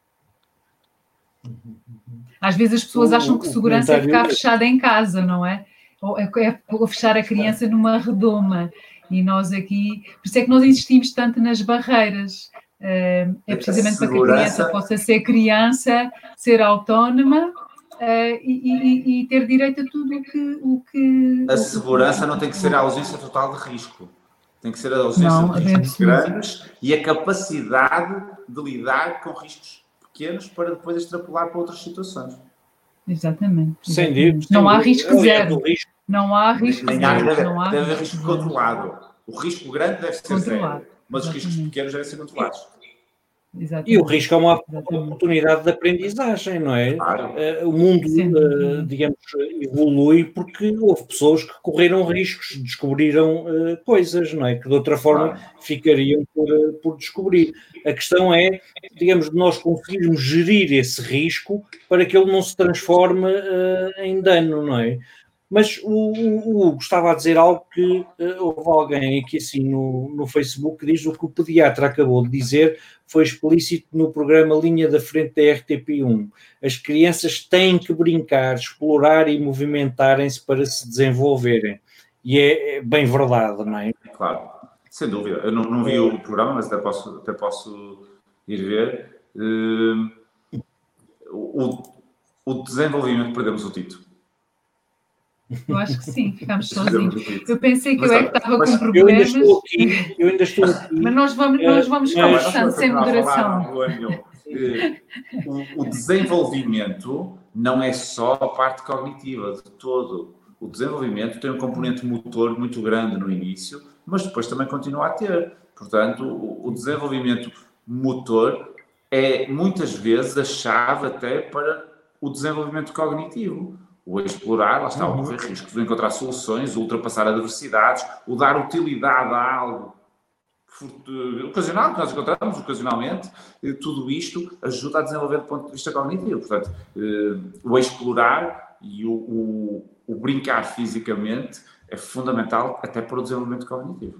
Às vezes as pessoas acham que segurança é ficar fechada em casa, não é? Ou fechar a criança numa redoma. E nós aqui... Por isso é que nós insistimos tanto nas barreiras. É precisamente para que a criança possa ser criança, ser autónoma e ter direito a tudo o que... A segurança não tem que ser a ausência total de risco. Tem que ser a ausência de riscos grandes e a capacidade de lidar com riscos pequenos para depois extrapolar para outras situações. Exatamente. Sem dúvida. Não há risco zero. Não há risco zero. Deve haver risco controlado. O risco grande deve ser zero, mas os riscos pequenos devem ser controlados. Exatamente. E o risco é uma oportunidade de aprendizagem, não é? Claro. O mundo, digamos, evolui porque houve pessoas que correram riscos, descobriram coisas, não é? Que de outra forma ficariam por descobrir. A questão é, digamos, de nós conseguirmos gerir esse risco para que ele não se transforme em dano, não é? Mas o Hugo estava a dizer algo que houve alguém aqui assim no Facebook que diz o que o pediatra acabou de dizer foi explícito no programa Linha da Frente da RTP1. As crianças têm que brincar, explorar e movimentarem-se para se desenvolverem. E é bem verdade, não é? Claro. Sem dúvida. Eu não vi o programa, mas até posso ir ver. O desenvolvimento, perdemos o Tito. Eu acho que sim, ficámos sozinhos. Eu pensei que eu é que estava com problemas. Eu ainda estou aqui. Mas nós vamos conversando sem moderação. O desenvolvimento não é só a parte cognitiva de todo. O desenvolvimento tem um componente motor muito grande no início, mas depois também continua a ter. Portanto, o desenvolvimento motor é muitas vezes a chave até para o desenvolvimento cognitivo. O explorar, lá está, o correr riscos, o encontrar soluções, o ultrapassar adversidades, o dar utilidade a algo ocasional que nós encontramos ocasionalmente, tudo isto ajuda a desenvolver do ponto de vista cognitivo. Portanto, o explorar e o brincar fisicamente é fundamental até para o desenvolvimento cognitivo.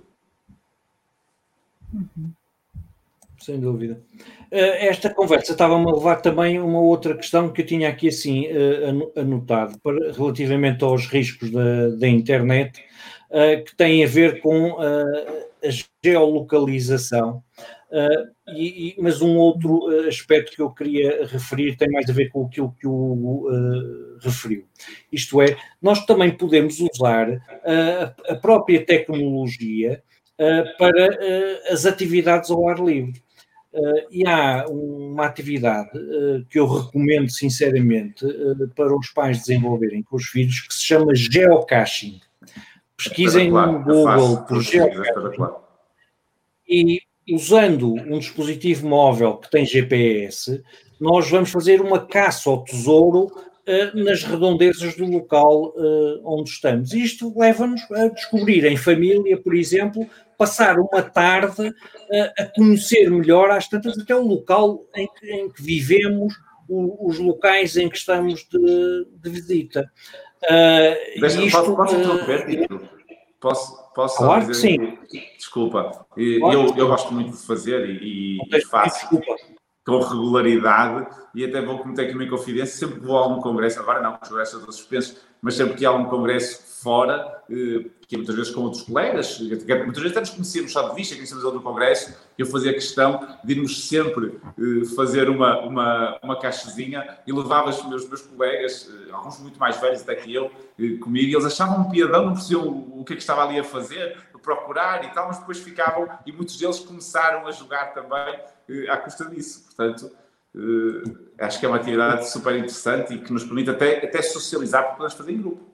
Sem dúvida. Esta conversa estava-me a levar também a uma outra questão que eu tinha aqui assim anotado, relativamente aos riscos da internet, que tem a ver com a geolocalização. Mas um outro aspecto que eu queria referir tem mais a ver com aquilo que o Hugo referiu. Isto é, nós também podemos usar a própria tecnologia para as atividades ao ar livre. E há uma atividade que eu recomendo sinceramente para os pais desenvolverem com os filhos, que se chama geocaching. Pesquisem no Google por geocaching e, usando um dispositivo móvel que tem GPS, nós vamos fazer uma caça ao tesouro nas redondezas do local onde estamos. Isto leva-nos a descobrir em família, por exemplo, passar uma tarde a conhecer melhor, às tantas, até o local em que vivemos, os locais em que estamos de visita. Posso interromper, Tito? Posso claro que sim. Desculpa. Eu gosto muito de fazer e faço com regularidade, e até vou cometer aqui uma inconfidência, sempre que vou a algum congresso, agora não, os congressos estão suspensos, mas sempre que há algum congresso fora, que muitas vezes com outros colegas, muitas vezes até nos conhecíamos só de vista, conhecemos outro congresso, eu fazia questão de irmos sempre fazer uma caixazinha e levava os meus colegas, alguns muito mais velhos até que eu, comigo, e eles achavam um piadão, não percebiam o que é que estava ali a fazer, a procurar e tal, mas depois ficavam, e muitos deles começaram a jogar também à custa disso. Portanto, acho que é uma atividade super interessante e que nos permite até socializar, porque podemos fazer em grupo.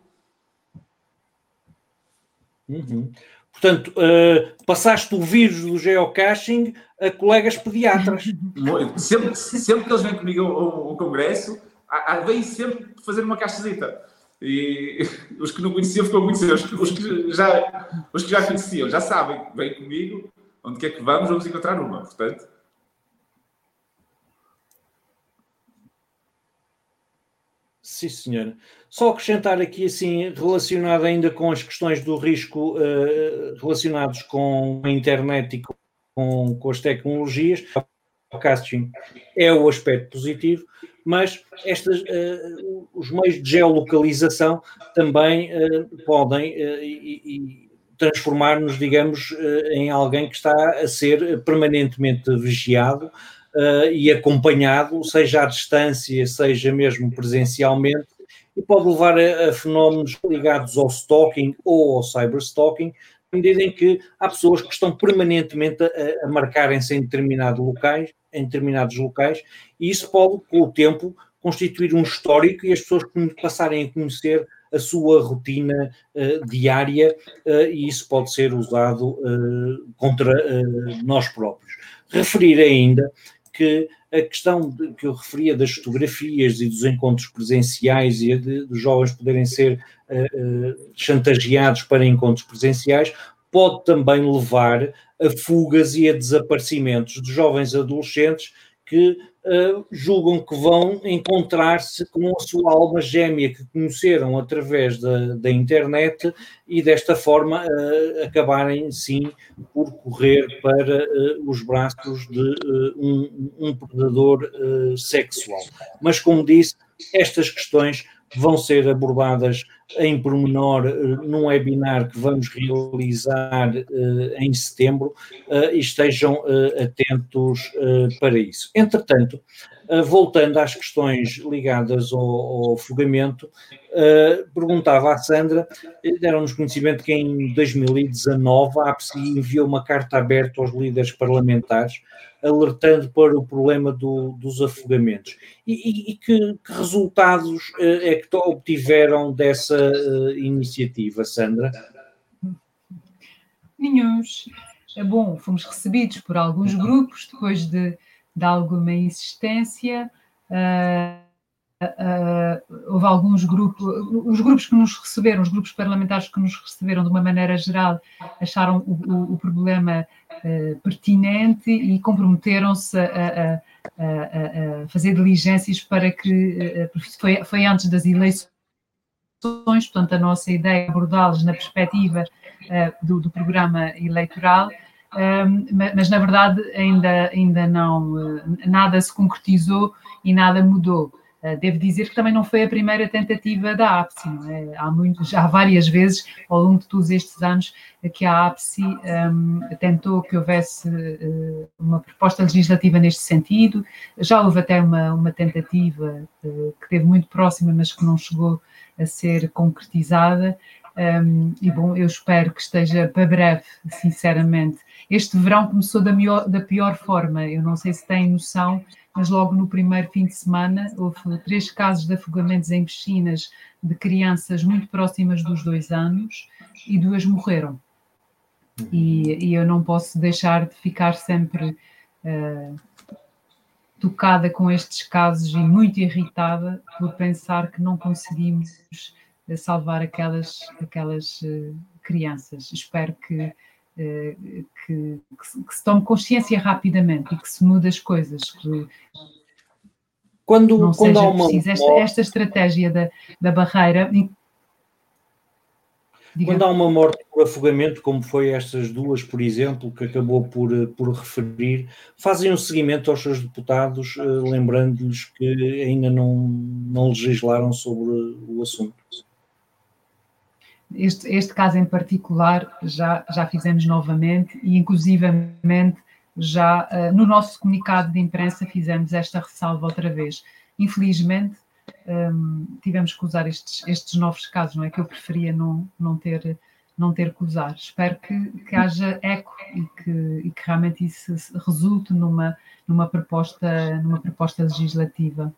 Portanto, passaste o vírus do geocaching a colegas pediatras. Sempre que eles vêm comigo ao congresso, vêm sempre fazer uma caixazita. E os que não conheciam ficam a conhecer. Os que já conheciam já sabem, vêm comigo, onde quer que vamos encontrar uma. Portanto... Sim, senhora. Só acrescentar aqui, assim, relacionado ainda com as questões do risco relacionados com a internet e com as tecnologias, o podcasting é o aspecto positivo, mas os meios de geolocalização também podem transformar-nos, digamos, em alguém que está a ser permanentemente vigiado e acompanhado, seja à distância, seja mesmo presencialmente, e pode levar a fenómenos ligados ao stalking ou ao cyberstalking, à medida em que há pessoas que estão permanentemente a marcarem-se em determinados locais, e isso pode, com o tempo, constituir um histórico e as pessoas passarem a conhecer a sua rotina diária, e isso pode ser usado contra nós próprios. Referir ainda que a questão que eu referia das fotografias e dos encontros presenciais e dos jovens poderem ser chantageados para encontros presenciais pode também levar a fugas e a desaparecimentos de jovens adolescentes que julgam que vão encontrar-se com a sua alma gêmea que conheceram através da internet e desta forma acabarem sim por correr para os braços de um predador sexual. Mas como disse, estas questões vão ser abordadas em pormenor num webinar que vamos realizar em setembro e estejam atentos para isso. Entretanto, voltando às questões ligadas ao afogamento, perguntava à Sandra, deram-nos conhecimento que em 2019 a APSI enviou uma carta aberta aos líderes parlamentares alertando para o problema dos afogamentos. E que resultados é que obtiveram dessa iniciativa, Sandra? Nenhuns. Bom, fomos recebidos por alguns grupos, depois de alguma insistência. Houve alguns grupos, os grupos que nos receberam, os grupos parlamentares que nos receberam de uma maneira geral, acharam o problema pertinente e comprometeram-se a fazer diligências para que, foi antes das eleições, portanto a nossa ideia é abordá-los na perspectiva do programa eleitoral, mas na verdade ainda não, nada se concretizou e nada mudou. Devo dizer que também não foi a primeira tentativa da APSI, não é? Já há várias vezes, ao longo de todos estes anos, que a APSI tentou que houvesse uma proposta legislativa neste sentido. Já houve até uma tentativa que esteve muito próxima, mas que não chegou a ser concretizada. E bom, eu espero que esteja para breve, sinceramente. Este verão começou da pior forma, eu não sei se têm noção, mas logo no primeiro fim de semana houve 3 casos de afogamentos em piscinas de crianças muito próximas dos 2 anos e 2 morreram. E eu não posso deixar de ficar sempre tocada com estes casos e muito irritada por pensar que não conseguimos salvar aquelas crianças. Espero que se tome consciência rapidamente e que se mude as coisas. Quando há preciso esta estratégia da barreira. Quando há uma morte por afogamento, como foi estas 2, por exemplo, que acabou por referir, fazem um seguimento aos seus deputados, lembrando-lhes que ainda não legislaram sobre o assunto. Este caso em particular já fizemos novamente e inclusivamente já no nosso comunicado de imprensa fizemos esta ressalva outra vez. Infelizmente tivemos que usar estes novos casos, não é? Que eu preferia não ter que usar. Espero que haja eco e que realmente isso resulte numa proposta legislativa.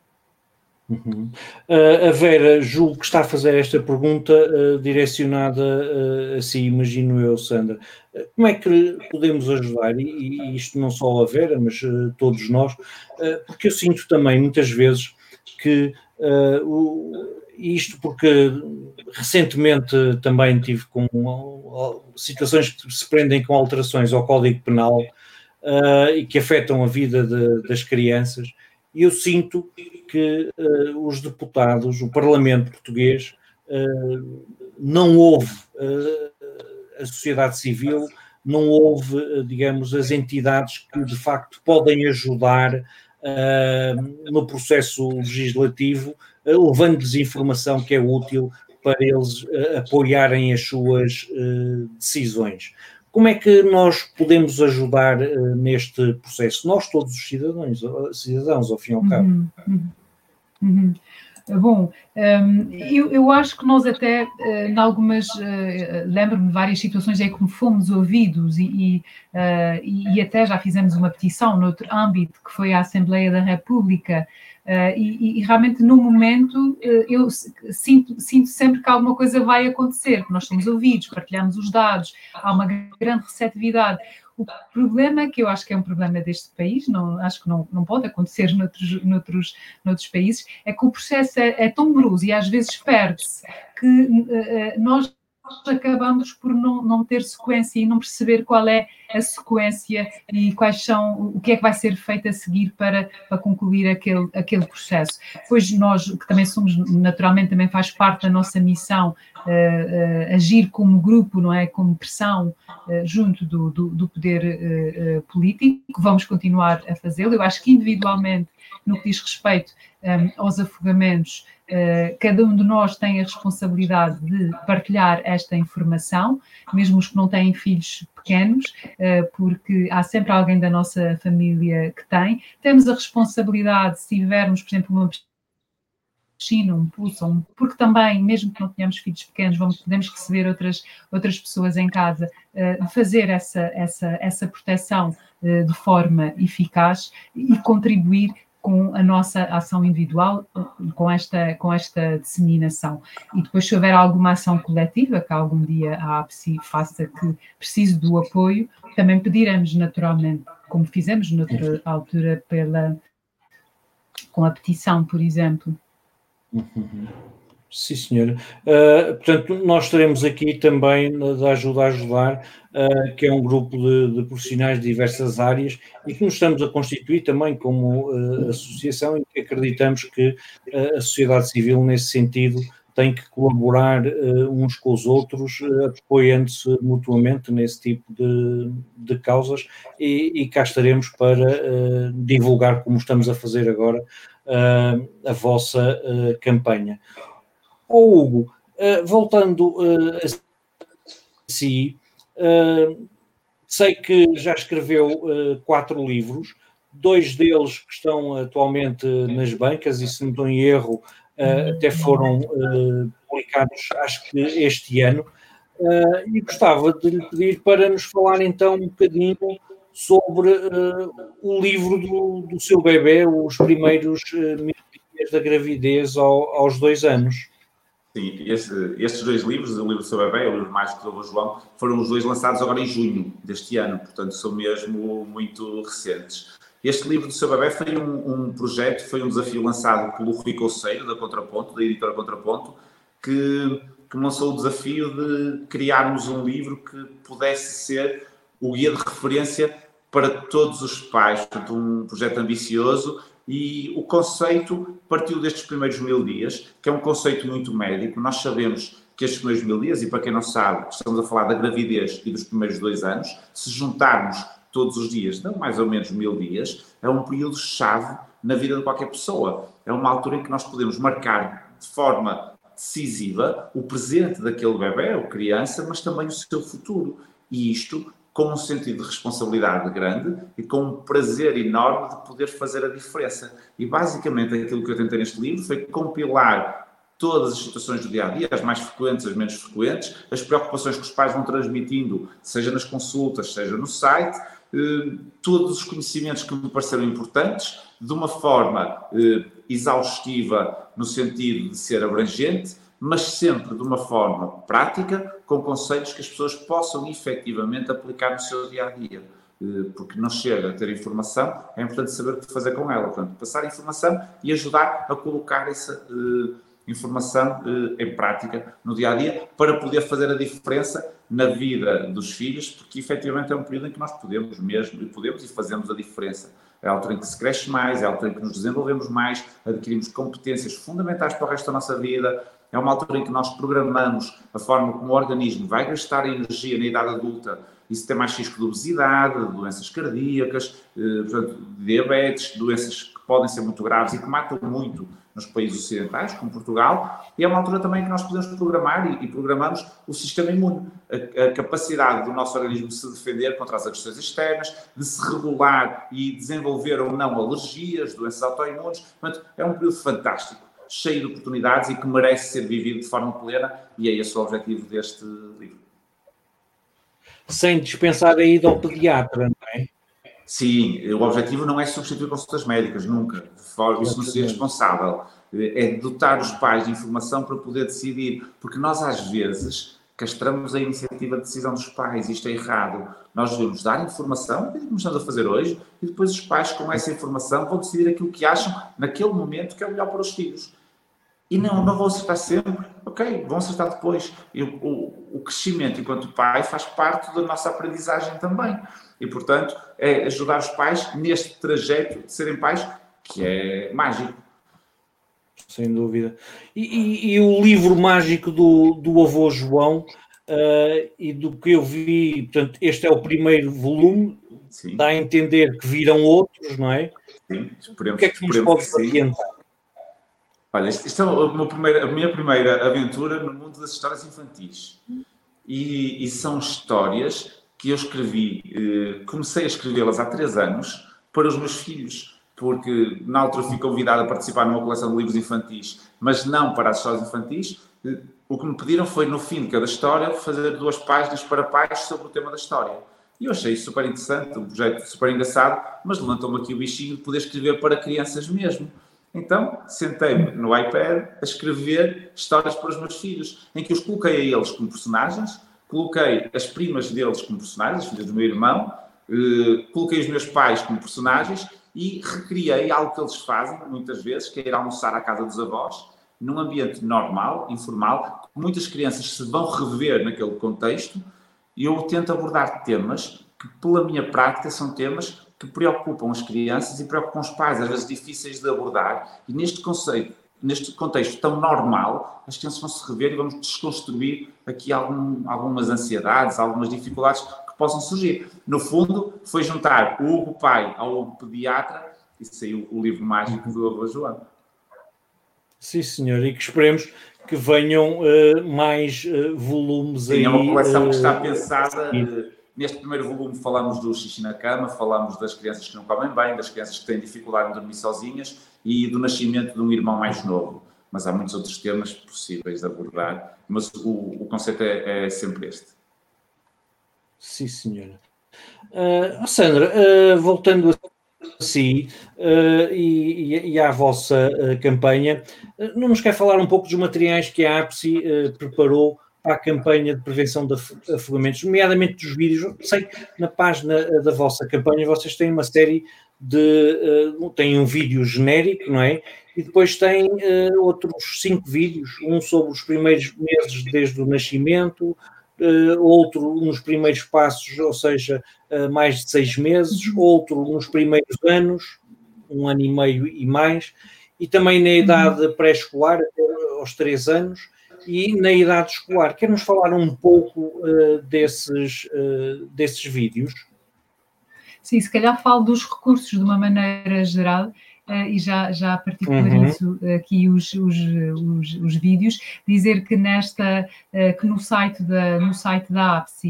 A Vera, julgo que está a fazer esta pergunta direcionada a si, imagino eu, Sandra. Como é que podemos ajudar, e isto não só a Vera, mas todos nós, porque eu sinto também muitas vezes que isto porque recentemente também tive com situações que se prendem com alterações ao Código Penal e que afetam a vida das crianças, e eu sinto que os deputados, o Parlamento português, não ouve a sociedade civil, não ouve, digamos, as entidades que de facto podem ajudar no processo legislativo, levando-lhes informação que é útil para eles apoiarem as suas decisões. Como é que nós podemos ajudar neste processo? Nós, todos os cidadãos, ao fim e ao cabo. Bom, eu acho que nós até, em algumas, lembro-me de várias situações em que fomos ouvidos e até já fizemos uma petição noutro âmbito, que foi a Assembleia da República, e realmente no momento eu sinto sempre que alguma coisa vai acontecer, que nós somos ouvidos, partilhamos os dados, há uma grande receptividade. O problema, que eu acho que é um problema deste país, acho que não pode acontecer noutros países, é que o processo é tão moroso e às vezes perde-se que nós acabamos por não ter sequência e não perceber qual é a sequência e o que é que vai ser feito a seguir para concluir aquele processo. Pois nós, que também somos, naturalmente, também faz parte da nossa missão agir como grupo, não é? Como pressão junto do poder político, vamos continuar a fazê-lo. Eu acho que individualmente No que diz respeito aos afogamentos, cada um de nós tem a responsabilidade de partilhar esta informação, mesmo os que não têm filhos pequenos, porque há sempre alguém da nossa família que tem. Temos a responsabilidade, se tivermos, por exemplo, uma piscina, um poço, porque também, mesmo que não tenhamos filhos pequenos, podemos receber outras pessoas em casa, de fazer essa proteção de forma eficaz e contribuir com a nossa ação individual, com esta disseminação. E depois, se houver alguma ação coletiva, que algum dia a APSI faça que precise do apoio, também pediremos naturalmente, como fizemos noutra altura com a petição, por exemplo. Sim, senhora. Portanto, nós estaremos aqui também de ajuda a ajudar, que é um grupo de profissionais de diversas áreas e que nos estamos a constituir também como associação e que acreditamos que a sociedade civil, nesse sentido, tem que colaborar uns com os outros, apoiando-se mutuamente nesse tipo de causas e cá estaremos para divulgar, como estamos a fazer agora, a vossa campanha. Hugo, voltando a si, sei que já escreveu 4 livros, 2 deles que estão atualmente nas bancas e, se não estou em erro, até foram publicados, acho que este ano, e gostava de lhe pedir para nos falar então um bocadinho sobre o livro do seu bebê, os primeiros 1000 dias da gravidez aos 2 anos. Sim, estes 2 livros, o livro do seu bebê e o livro mágico do avô João, foram os 2 lançados agora em junho deste ano, portanto são mesmo muito recentes. Este livro do seu bebê foi um projeto, foi um desafio lançado pelo Rui Conceiro, da Contraponto, da editora Contraponto, que me lançou o desafio de criarmos um livro que pudesse ser o guia de referência para todos os pais, portanto um projeto ambicioso. E o conceito partiu destes primeiros 1000 dias, que é um conceito muito médico. Nós sabemos que estes primeiros 1000 dias, e para quem não sabe, estamos a falar da gravidez e dos primeiros 2 anos, se juntarmos todos os dias, dão mais ou menos 1000 dias, é um período-chave na vida de qualquer pessoa. É uma altura em que nós podemos marcar de forma decisiva o presente daquele bebê ou criança, mas também o seu futuro. E isto com um sentido de responsabilidade grande e com um prazer enorme de poder fazer a diferença. E basicamente aquilo que eu tentei neste livro foi compilar todas as situações do dia-a-dia, as mais frequentes, as menos frequentes, as preocupações que os pais vão transmitindo, seja nas consultas, seja no site, todos os conhecimentos que me pareceram importantes, de uma forma exaustiva, no sentido de ser abrangente, mas sempre de uma forma prática, com conceitos que as pessoas possam efetivamente aplicar no seu dia-a-dia. Porque não chega a ter informação, é importante saber o que fazer com ela. Portanto, passar informação e ajudar a colocar essa informação em prática no dia-a-dia para poder fazer a diferença na vida dos filhos, porque efetivamente é um período em que nós podemos e fazemos a diferença. É a altura em que se cresce mais, é a altura em que nos desenvolvemos mais, adquirimos competências fundamentais para o resto da nossa vida. É uma altura em que nós programamos a forma como o organismo vai gastar energia na idade adulta. Isso tem mais risco de obesidade, de doenças cardíacas, portanto, de diabetes, doenças que podem ser muito graves e que matam muito nos países ocidentais, como Portugal. E é uma altura também que nós podemos programar e programamos o sistema imune, a capacidade do nosso organismo de se defender contra as agressões externas, de se regular e desenvolver ou não alergias, doenças autoimunes. Portanto, é um período fantástico, cheio de oportunidades e que merece ser vivido de forma plena, e é esse o objetivo deste livro. Sem dispensar a ida ao pediatra, não é? Sim, o objetivo não é substituir consultas médicas, nunca. Isso não seria responsável. É dotar os pais de informação para poder decidir, porque nós às vezes castramos a iniciativa de decisão dos pais, isto é errado. Nós devemos dar informação, como estamos a fazer hoje, e depois os pais com essa informação vão decidir aquilo que acham naquele momento que é o melhor para os filhos. E não vão acertar sempre, ok, vão acertar depois. E o crescimento enquanto pai faz parte da nossa aprendizagem também. E, portanto, é ajudar os pais neste trajeto de serem pais, que é mágico. Sem dúvida. E o livro mágico do avô João, e do que eu vi, portanto, este é o primeiro volume, sim. Dá a entender que virão outros, não é? sim. Esperemos, o que é que nos podes adiantar? Olha, isto é a minha primeira aventura no mundo das histórias infantis. E são histórias que eu escrevi, comecei a escrevê-las há 3 anos para os meus filhos, porque na altura fui convidado a participar numa coleção de livros infantis, mas não para as histórias infantis. O que me pediram foi, no fim de cada história, fazer 2 páginas para pais sobre o tema da história. E eu achei super interessante, um projeto super engraçado, mas levantou-me aqui o bichinho de poder escrever para crianças mesmo. Então, sentei-me no iPad a escrever histórias para os meus filhos, em que os coloquei a eles como personagens, coloquei as primas deles como personagens, as filhas do meu irmão, coloquei os meus pais como personagens e recriei algo que eles fazem, muitas vezes, que é ir almoçar à casa dos avós, num ambiente normal, informal, que muitas crianças se vão rever naquele contexto, e eu tento abordar temas que, pela minha prática, são temas que preocupam as crianças e preocupam os pais, às vezes difíceis de abordar. E neste contexto tão normal, as crianças vão se rever e vamos desconstruir aqui algumas ansiedades, algumas dificuldades que possam surgir. No fundo, foi juntar o Hugo pai ao Hugo pediatra e saiu o livro mágico do avô João. Sim, senhor, e que esperemos que venham mais volumes aí. Sim, é uma coleção que está pensada... Neste primeiro volume falamos do xixi na cama, falamos das crianças que não comem bem, das crianças que têm dificuldade em dormir sozinhas e do nascimento de um irmão mais novo. Mas há muitos outros temas possíveis de abordar, mas o conceito é sempre este. Sim, senhora. Sandra, voltando a si e à vossa campanha, não nos quer falar um pouco dos materiais que a APSI preparou para a campanha de prevenção de afogamentos, nomeadamente dos vídeos? Sei que na página da vossa campanha vocês têm uma série têm um vídeo genérico, não é? E depois têm outros 5 vídeos, um sobre os primeiros meses desde o nascimento, outro nos primeiros passos, ou seja, mais de 6 meses, outro nos primeiros anos, 1 ano e meio e mais, e também na idade pré-escolar, até aos 3 anos, e na idade escolar. Quer-nos falar um pouco desses vídeos? Sim, se calhar falo dos recursos de uma maneira geral e já particularizo aqui os vídeos. Dizer que que no site da APSI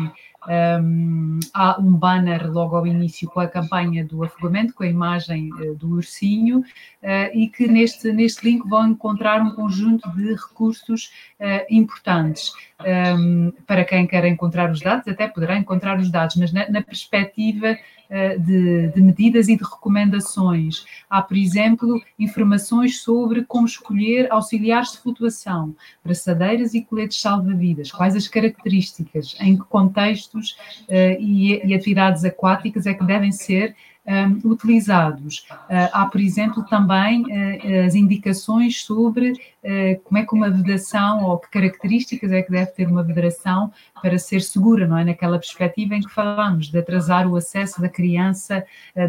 há um banner logo ao início com a campanha do afogamento, com a imagem do ursinho, e que neste link vão encontrar um conjunto de recursos importantes. Para quem quer encontrar os dados, até poderá encontrar os dados, mas na perspectiva de medidas e de recomendações. Há, por exemplo, informações sobre como escolher auxiliares de flutuação, braçadeiras e coletes salva-vidas, quais as características, em que contextos e atividades aquáticas é que devem ser utilizados. Há, por exemplo, também as indicações sobre como é que uma vedação ou que características é que deve ter uma vedação para ser segura, não é? Naquela perspectiva em que falamos de atrasar o acesso da criança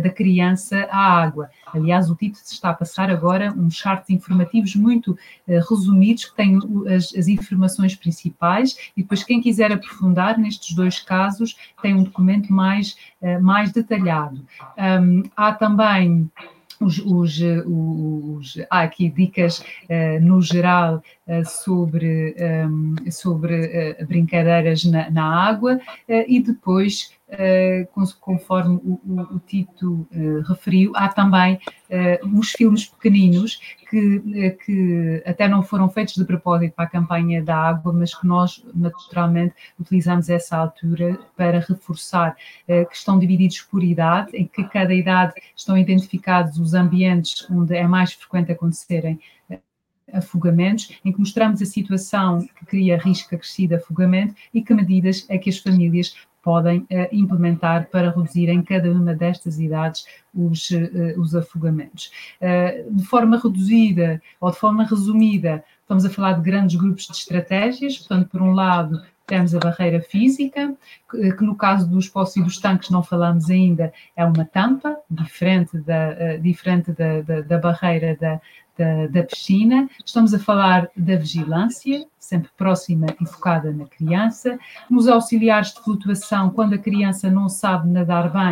à água. Aliás, o título está a passar agora uns charts informativos muito resumidos que têm as informações principais e depois quem quiser aprofundar nestes 2 casos tem um documento mais detalhado. Há também há aqui dicas no geral sobre brincadeiras na água e depois, conforme o Tito referiu, há também uns filmes pequeninos que até não foram feitos de propósito para a campanha da água, mas que nós naturalmente utilizamos essa altura para reforçar, que estão divididos por idade, em que cada idade estão identificados os ambientes onde é mais frequente acontecerem afogamentos, em que mostramos a situação que cria risco acrescido de afogamento e que medidas é que as famílias podem implementar para reduzir em cada uma destas idades os afogamentos. De forma reduzida ou de forma resumida, estamos a falar de grandes grupos de estratégias, portanto, por um lado, temos a barreira física, que no caso dos poços e dos tanques não falamos ainda, é uma tampa, diferente da barreira da piscina. Estamos a falar da vigilância, sempre próxima e focada na criança. Nos auxiliares de flutuação, quando a criança não sabe nadar bem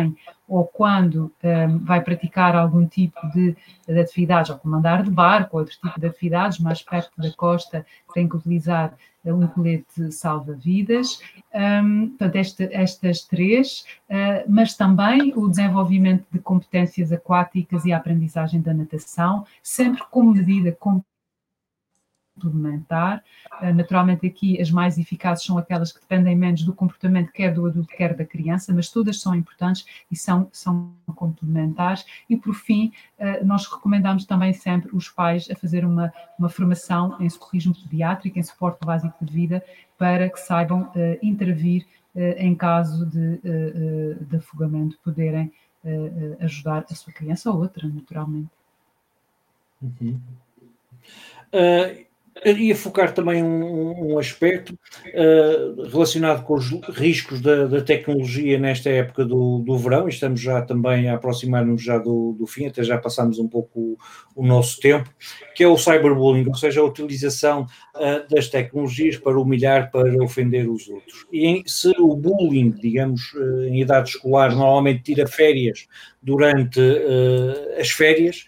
ou quando vai praticar algum tipo de atividades, ou como andar de barco, ou outro tipo de atividades mais perto da costa, tem que utilizar um colete salva-vidas. Portanto, estas três, mas também o desenvolvimento de competências aquáticas e a aprendizagem da natação, sempre como medida complementar. Naturalmente aqui as mais eficazes são aquelas que dependem menos do comportamento quer do adulto, quer da criança, mas todas são importantes e são complementares. E por fim, nós recomendamos também sempre os pais a fazer uma formação em socorrismo pediátrico, em suporte básico de vida, para que saibam intervir em caso de afogamento, poderem ajudar a sua criança ou outra, naturalmente. Ia focar também um aspecto relacionado com os riscos da tecnologia nesta época do verão. Estamos já também a aproximar-nos já do fim, até já passámos um pouco o nosso tempo, que é o cyberbullying, ou seja, a utilização das tecnologias para humilhar, para ofender os outros. E se o bullying, digamos, em idade escolar, normalmente tira férias durante as férias,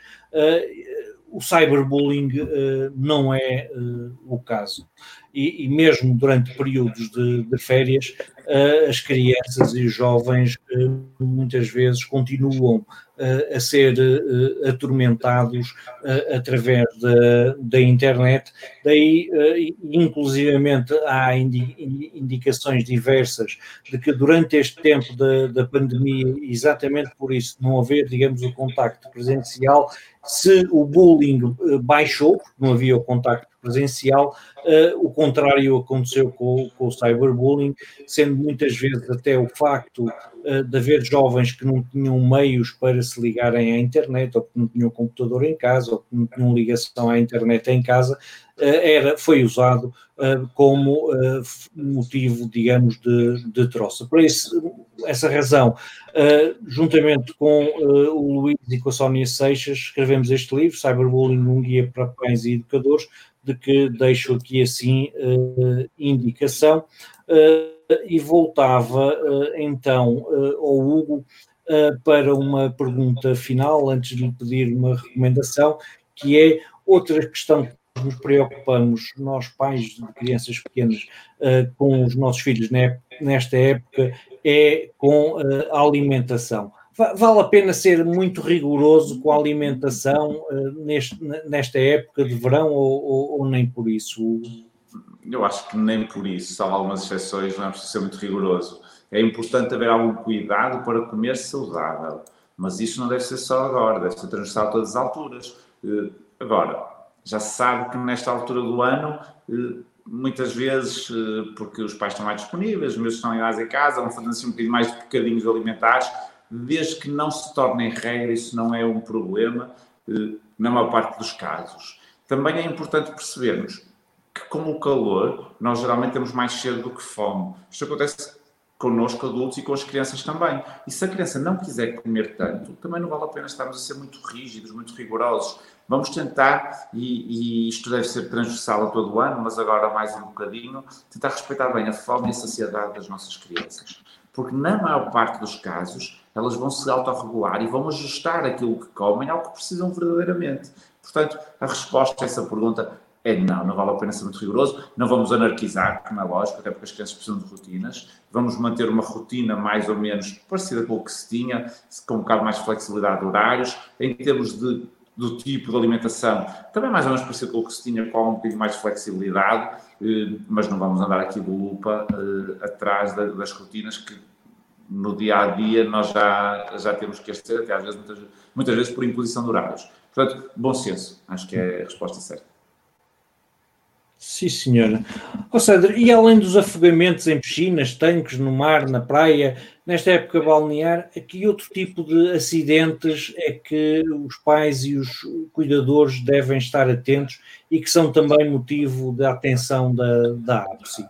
o cyberbullying não é o caso. E mesmo durante períodos de férias, as crianças e os jovens muitas vezes continuam a ser atormentados através da internet. Daí, inclusivamente, há indicações diversas de que durante este tempo da pandemia, exatamente por isso, não haver, digamos, o contacto presencial, se o bullying baixou, porque não havia o contacto presencial, o contrário aconteceu com o cyberbullying, sendo muitas vezes até o facto de haver jovens que não tinham meios para se ligarem à internet, ou que não tinham computador em casa, ou que não tinham ligação à internet em casa, foi usado como motivo, digamos, de troça. Por essa razão, juntamente com o Luís e com a Sónia Seixas, escrevemos este livro, Cyberbullying, um guia para pais e educadores, de que deixo aqui assim indicação, e voltava então ao Hugo para uma pergunta final, antes de lhe pedir uma recomendação, que é outra questão que nos preocupamos, nós pais de crianças pequenas, com os nossos filhos nesta época, é com a alimentação. Vale a pena ser muito rigoroso com a alimentação nesta época de verão ou nem por isso? Eu acho que nem por isso, salvo algumas exceções, não é preciso ser muito rigoroso. É importante haver algum cuidado para comer saudável, mas isso não deve ser só agora, deve ser transversal a todas as alturas. Agora, já se sabe que nesta altura do ano, muitas vezes, porque os pais estão mais disponíveis, os meus estão em casa, vão fazendo assim um bocadinho mais de bocadinhos alimentares, desde que não se tornem regra, isso não é um problema, na maior parte dos casos. Também é importante percebermos que com o calor, nós geralmente temos mais sede do que fome. Isto acontece connosco, adultos, e com as crianças também. E se a criança não quiser comer tanto, também não vale a pena estarmos a ser muito rígidos, muito rigorosos. Vamos tentar, e isto deve ser transversal a todo o ano, mas agora mais um bocadinho, tentar respeitar bem a fome e a saciedade das nossas crianças. Porque na maior parte dos casos, elas vão se autorregular e vão ajustar aquilo que comem ao que precisam verdadeiramente. Portanto, a resposta a essa pergunta é não vale a pena ser muito rigoroso, não vamos anarquizar, como é lógico, até porque as crianças precisam de rotinas, vamos manter uma rotina mais ou menos parecida com o que se tinha, com um bocado mais de flexibilidade de horários, em termos do tipo de alimentação, também mais ou menos parecido com o que se tinha, com um bocadinho mais de flexibilidade, mas não vamos andar aqui de lupa atrás das rotinas que no dia-a-dia nós já temos que ter, até às vezes, muitas vezes por imposição de horários. Portanto, bom senso, acho que é a resposta certa. Sim, senhora. Sandra, e além dos afogamentos em piscinas, tanques, no mar, na praia, nesta época balnear, que outro tipo de acidentes é que os pais e os cuidadores devem estar atentos e que são também motivo da atenção da APSI?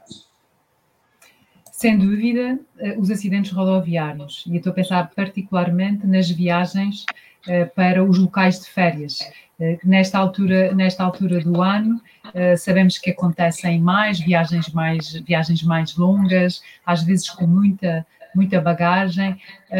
Sem dúvida, os acidentes rodoviários. E eu estou a pensar particularmente nas viagens para os locais de férias. Nesta altura do ano, sabemos que acontecem viagens mais longas, às vezes com muita muita bagagem,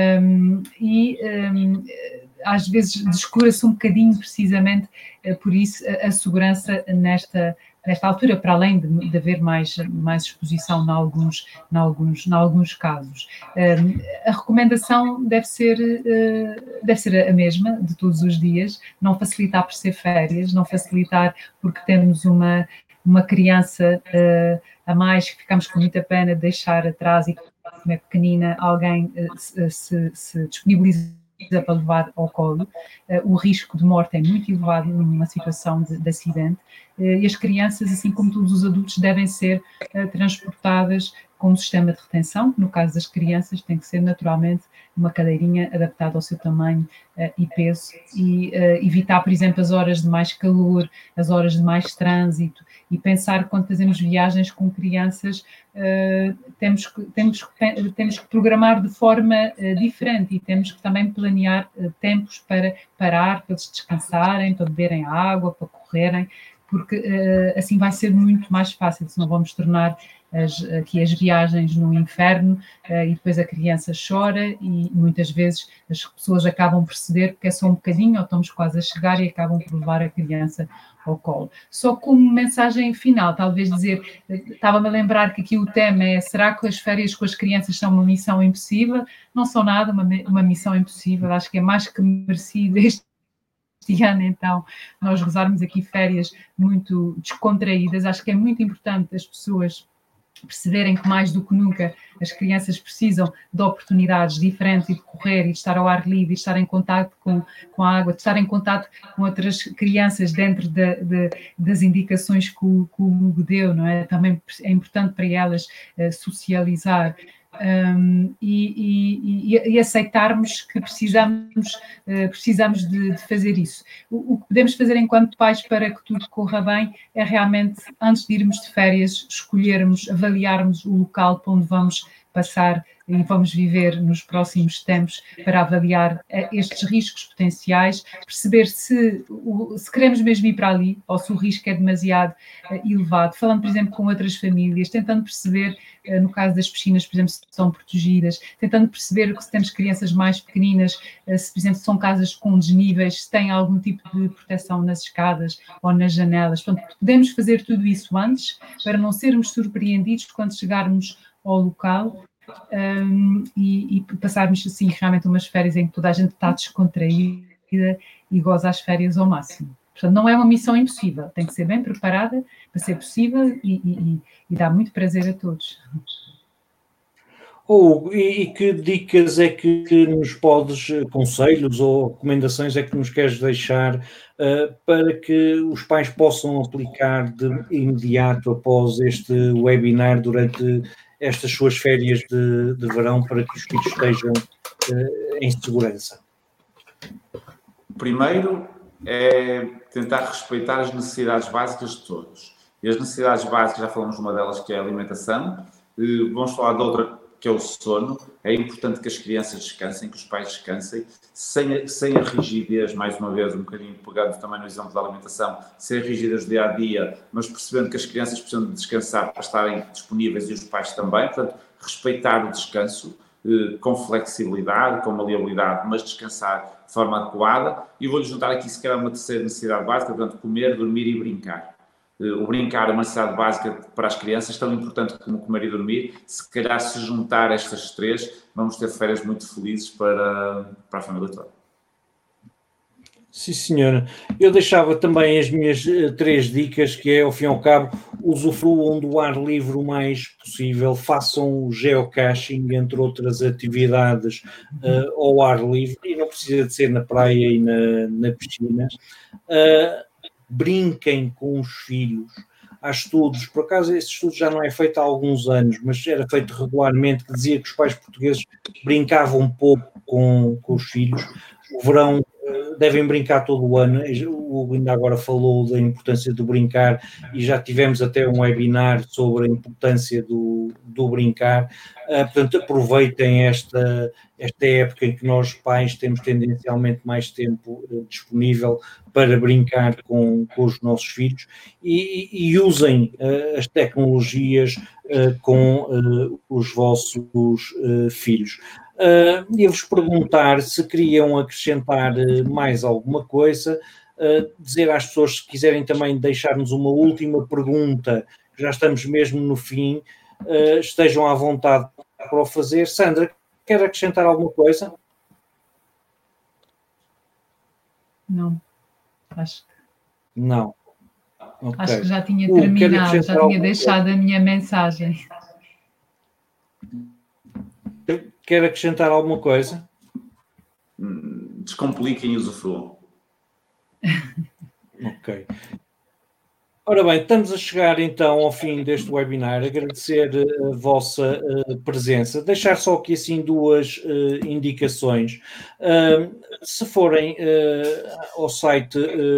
às vezes descura-se um bocadinho precisamente por isso a segurança nesta altura, para além de haver mais exposição em alguns casos. A recomendação deve ser a mesma de todos os dias, não facilitar por ser férias, não facilitar porque temos uma criança a mais que ficamos com muita pena de deixar atrás e como é pequenina, alguém se disponibiliza para levar ao colo. O risco de morte é muito elevado numa situação de acidente, e as crianças, assim como todos os adultos, devem ser transportadas com um sistema de retenção, que no caso das crianças tem que ser naturalmente uma cadeirinha adaptada ao seu tamanho e peso, e evitar, por exemplo, as horas de mais calor, as horas de mais trânsito, e pensar que quando fazemos viagens com crianças temos que programar de forma diferente, e temos que também planear tempos para parar, para eles descansarem, para beberem água, para correrem, porque assim vai ser muito mais fácil, senão vamos tornar as viagens no inferno, e depois a criança chora e muitas vezes as pessoas acabam por ceder porque é só um bocadinho, ou estamos quase a chegar e acabam por levar a criança ao colo. Só como mensagem final, talvez dizer, estava-me a lembrar que aqui o tema é: será que as férias com as crianças são uma missão impossível? Não são nada uma missão impossível, acho que é mais que merecido este ano, então, nós gozarmos aqui férias muito descontraídas. Acho que é muito importante as pessoas perceberem que mais do que nunca as crianças precisam de oportunidades diferentes e de correr e de estar ao ar livre, e de estar em contato com a água, de estar em contato com outras crianças dentro das indicações que o Hugo deu, não é? Também é importante para elas socializar. E aceitarmos que precisamos de fazer isso. O que podemos fazer enquanto pais para que tudo corra bem é realmente, antes de irmos de férias, escolhermos, avaliarmos o local para onde vamos passar e vamos viver nos próximos tempos, para avaliar estes riscos potenciais, perceber se queremos mesmo ir para ali ou se o risco é demasiado elevado, falando, por exemplo, com outras famílias, tentando perceber, no caso das piscinas, por exemplo, se estão protegidas, tentando perceber que se temos crianças mais pequeninas, se, por exemplo, são casas com desníveis, se têm algum tipo de proteção nas escadas ou nas janelas. Portanto, podemos fazer tudo isso antes, para não sermos surpreendidos quando chegarmos ao local, e passarmos assim realmente umas férias em que toda a gente está descontraída e goza as férias ao máximo. Portanto, não é uma missão impossível, tem que ser bem preparada para ser possível e dá muito prazer a todos. E que dicas é que nos podes, conselhos ou recomendações é que nos queres deixar para que os pais possam aplicar de imediato após este webinar durante estas suas férias de verão, para que os filhos estejam em segurança? Primeiro é tentar respeitar as necessidades básicas de todos. E as necessidades básicas, já falamos de uma delas, que é a alimentação. Vamos falar de outra, que é o sono. É importante que as crianças descansem, que os pais descansem, sem a rigidez, mais uma vez, um bocadinho pegando também no exemplo da alimentação, sem a rigidez do dia-a-dia, mas percebendo que as crianças precisam de descansar para estarem disponíveis, e os pais também. Portanto, respeitar o descanso, com flexibilidade, com maleabilidade, mas descansar de forma adequada. E vou-lhe juntar aqui, se calhar, uma terceira necessidade básica, portanto, comer, dormir e brincar. O brincar é uma necessidade básica para as crianças, tão importante como comer e dormir. Se calhar, se juntar estas três, vamos ter férias muito felizes para a família toda. Sim, senhora. Eu deixava também as minhas 3 dicas, que é, ao fim e ao cabo, usufruam do ar livre o mais possível, façam geocaching, entre outras atividades, ao ar livre, e não precisa de ser na praia e na piscina. Brinquem com os filhos. Há estudos, por acaso esse estudo já não é feito há alguns anos, mas era feito regularmente, que dizia que os pais portugueses brincavam um pouco com os filhos. O verão devem brincar todo o ano. O Hugo ainda agora falou da importância do brincar e já tivemos até um webinar sobre a importância do brincar. Portanto, aproveitem esta época em que nós pais temos tendencialmente mais tempo disponível para brincar com os nossos filhos e usem as tecnologias com os vossos filhos. Ia-vos perguntar se queriam acrescentar mais alguma coisa, dizer às pessoas, se quiserem também deixar-nos uma última pergunta, já estamos mesmo no fim, estejam à vontade para o fazer. Sandra, quer acrescentar alguma coisa? Não, acho que... Não. Okay. Acho que já tinha terminado, já tinha deixado a minha mensagem. Quer acrescentar alguma coisa? Descompliquem e usufruam. Ok. Ora bem, estamos a chegar então ao fim deste webinar. Agradecer a vossa presença. Deixar só aqui assim duas indicações. Se forem ao site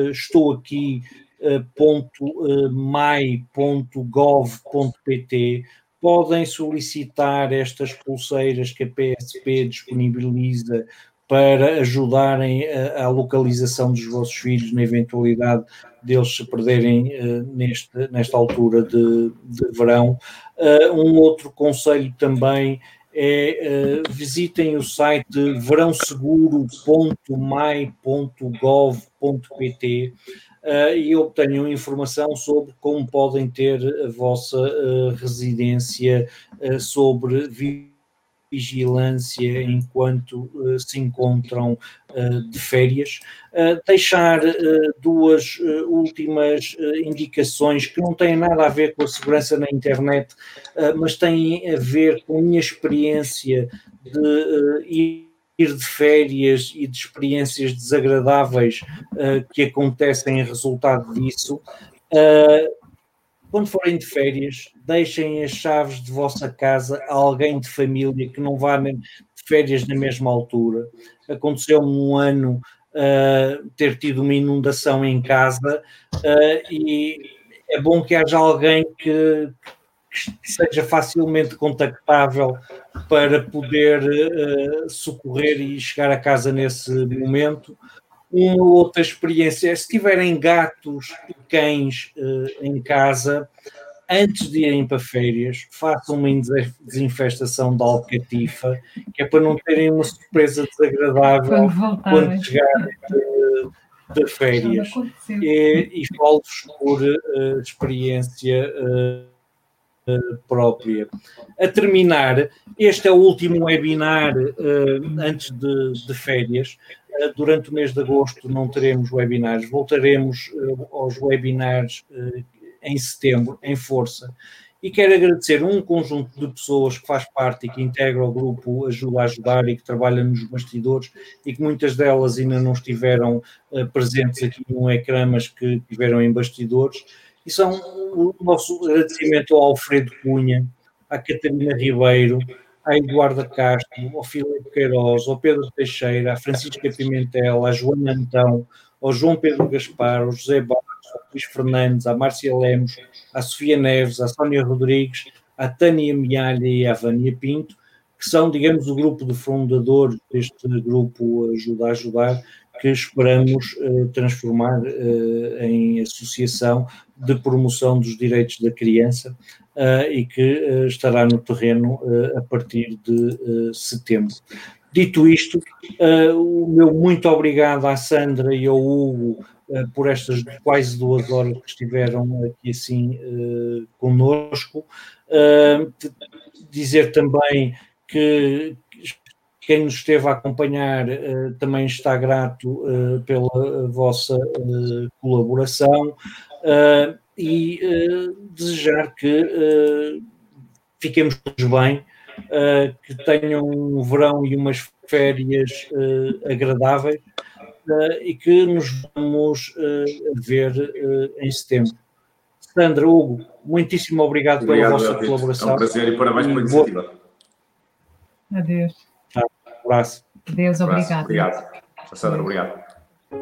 estou-aqui.mai.gov.pt, podem solicitar estas pulseiras que a PSP disponibiliza para ajudarem à localização dos vossos filhos na eventualidade deles se perderem nesta altura de verão. Um outro conselho também é visitem o site verãoseguro.mai.gov.pt e obtenham informação sobre como podem ter a vossa residência sobre vigilância enquanto se encontram de férias. Deixar duas últimas indicações que não têm nada a ver com a segurança na internet, mas têm a ver com a minha experiência de ir de férias e de experiências desagradáveis que acontecem em resultado disso. Quando forem de férias, deixem as chaves de vossa casa a alguém de família que não vá de férias na mesma altura. Aconteceu-me um ano ter tido uma inundação em casa e é bom que haja alguém que seja facilmente contactável para poder socorrer e chegar a casa nesse momento. Uma outra experiência é, se tiverem gatos e cães em casa, antes de irem para férias, façam uma desinfestação da alcatifa, que é para não terem uma surpresa desagradável quando chegarem de férias. E falo-vos por experiência própria. A terminar, este é o último webinar antes de férias. Durante o mês de agosto não teremos webinars, voltaremos aos webinars em setembro, em força. E quero agradecer um conjunto de pessoas que faz parte e que integra o grupo Ajuda a Ajudar e que trabalha nos bastidores e que muitas delas ainda não estiveram presentes aqui no ecrã, mas que estiveram em bastidores. E são o nosso agradecimento ao Alfredo Cunha, à Catarina Ribeiro, à Eduarda Castro, ao Filipe Queiroz, ao Pedro Teixeira, à Francisca Pimentel, à Joana Antão, ao João Pedro Gaspar, ao José Barros, ao Luís Fernandes, à Márcia Lemos, à Sofia Neves, à Sónia Rodrigues, à Tânia Mialha e à Vânia Pinto, que são, digamos, o grupo de fundadores deste grupo Ajuda a Ajudar, que esperamos transformar em associação de promoção dos direitos da criança e que estará no terreno a partir de setembro. Dito isto, o meu muito obrigado à Sandra e ao Hugo por estas quase 2 horas que estiveram aqui assim conosco. Dizer também que quem nos esteve a acompanhar também está grato pela vossa colaboração e desejar que fiquemos todos bem, que tenham um verão e umas férias agradáveis e que nos vamos ver em setembro. Sandra, Hugo, muitíssimo obrigado pela vossa colaboração. É um prazer e parabéns pela iniciativa. Adeus. Um abraço. Adeus, obrigado. Obrigado. Sandra, obrigado.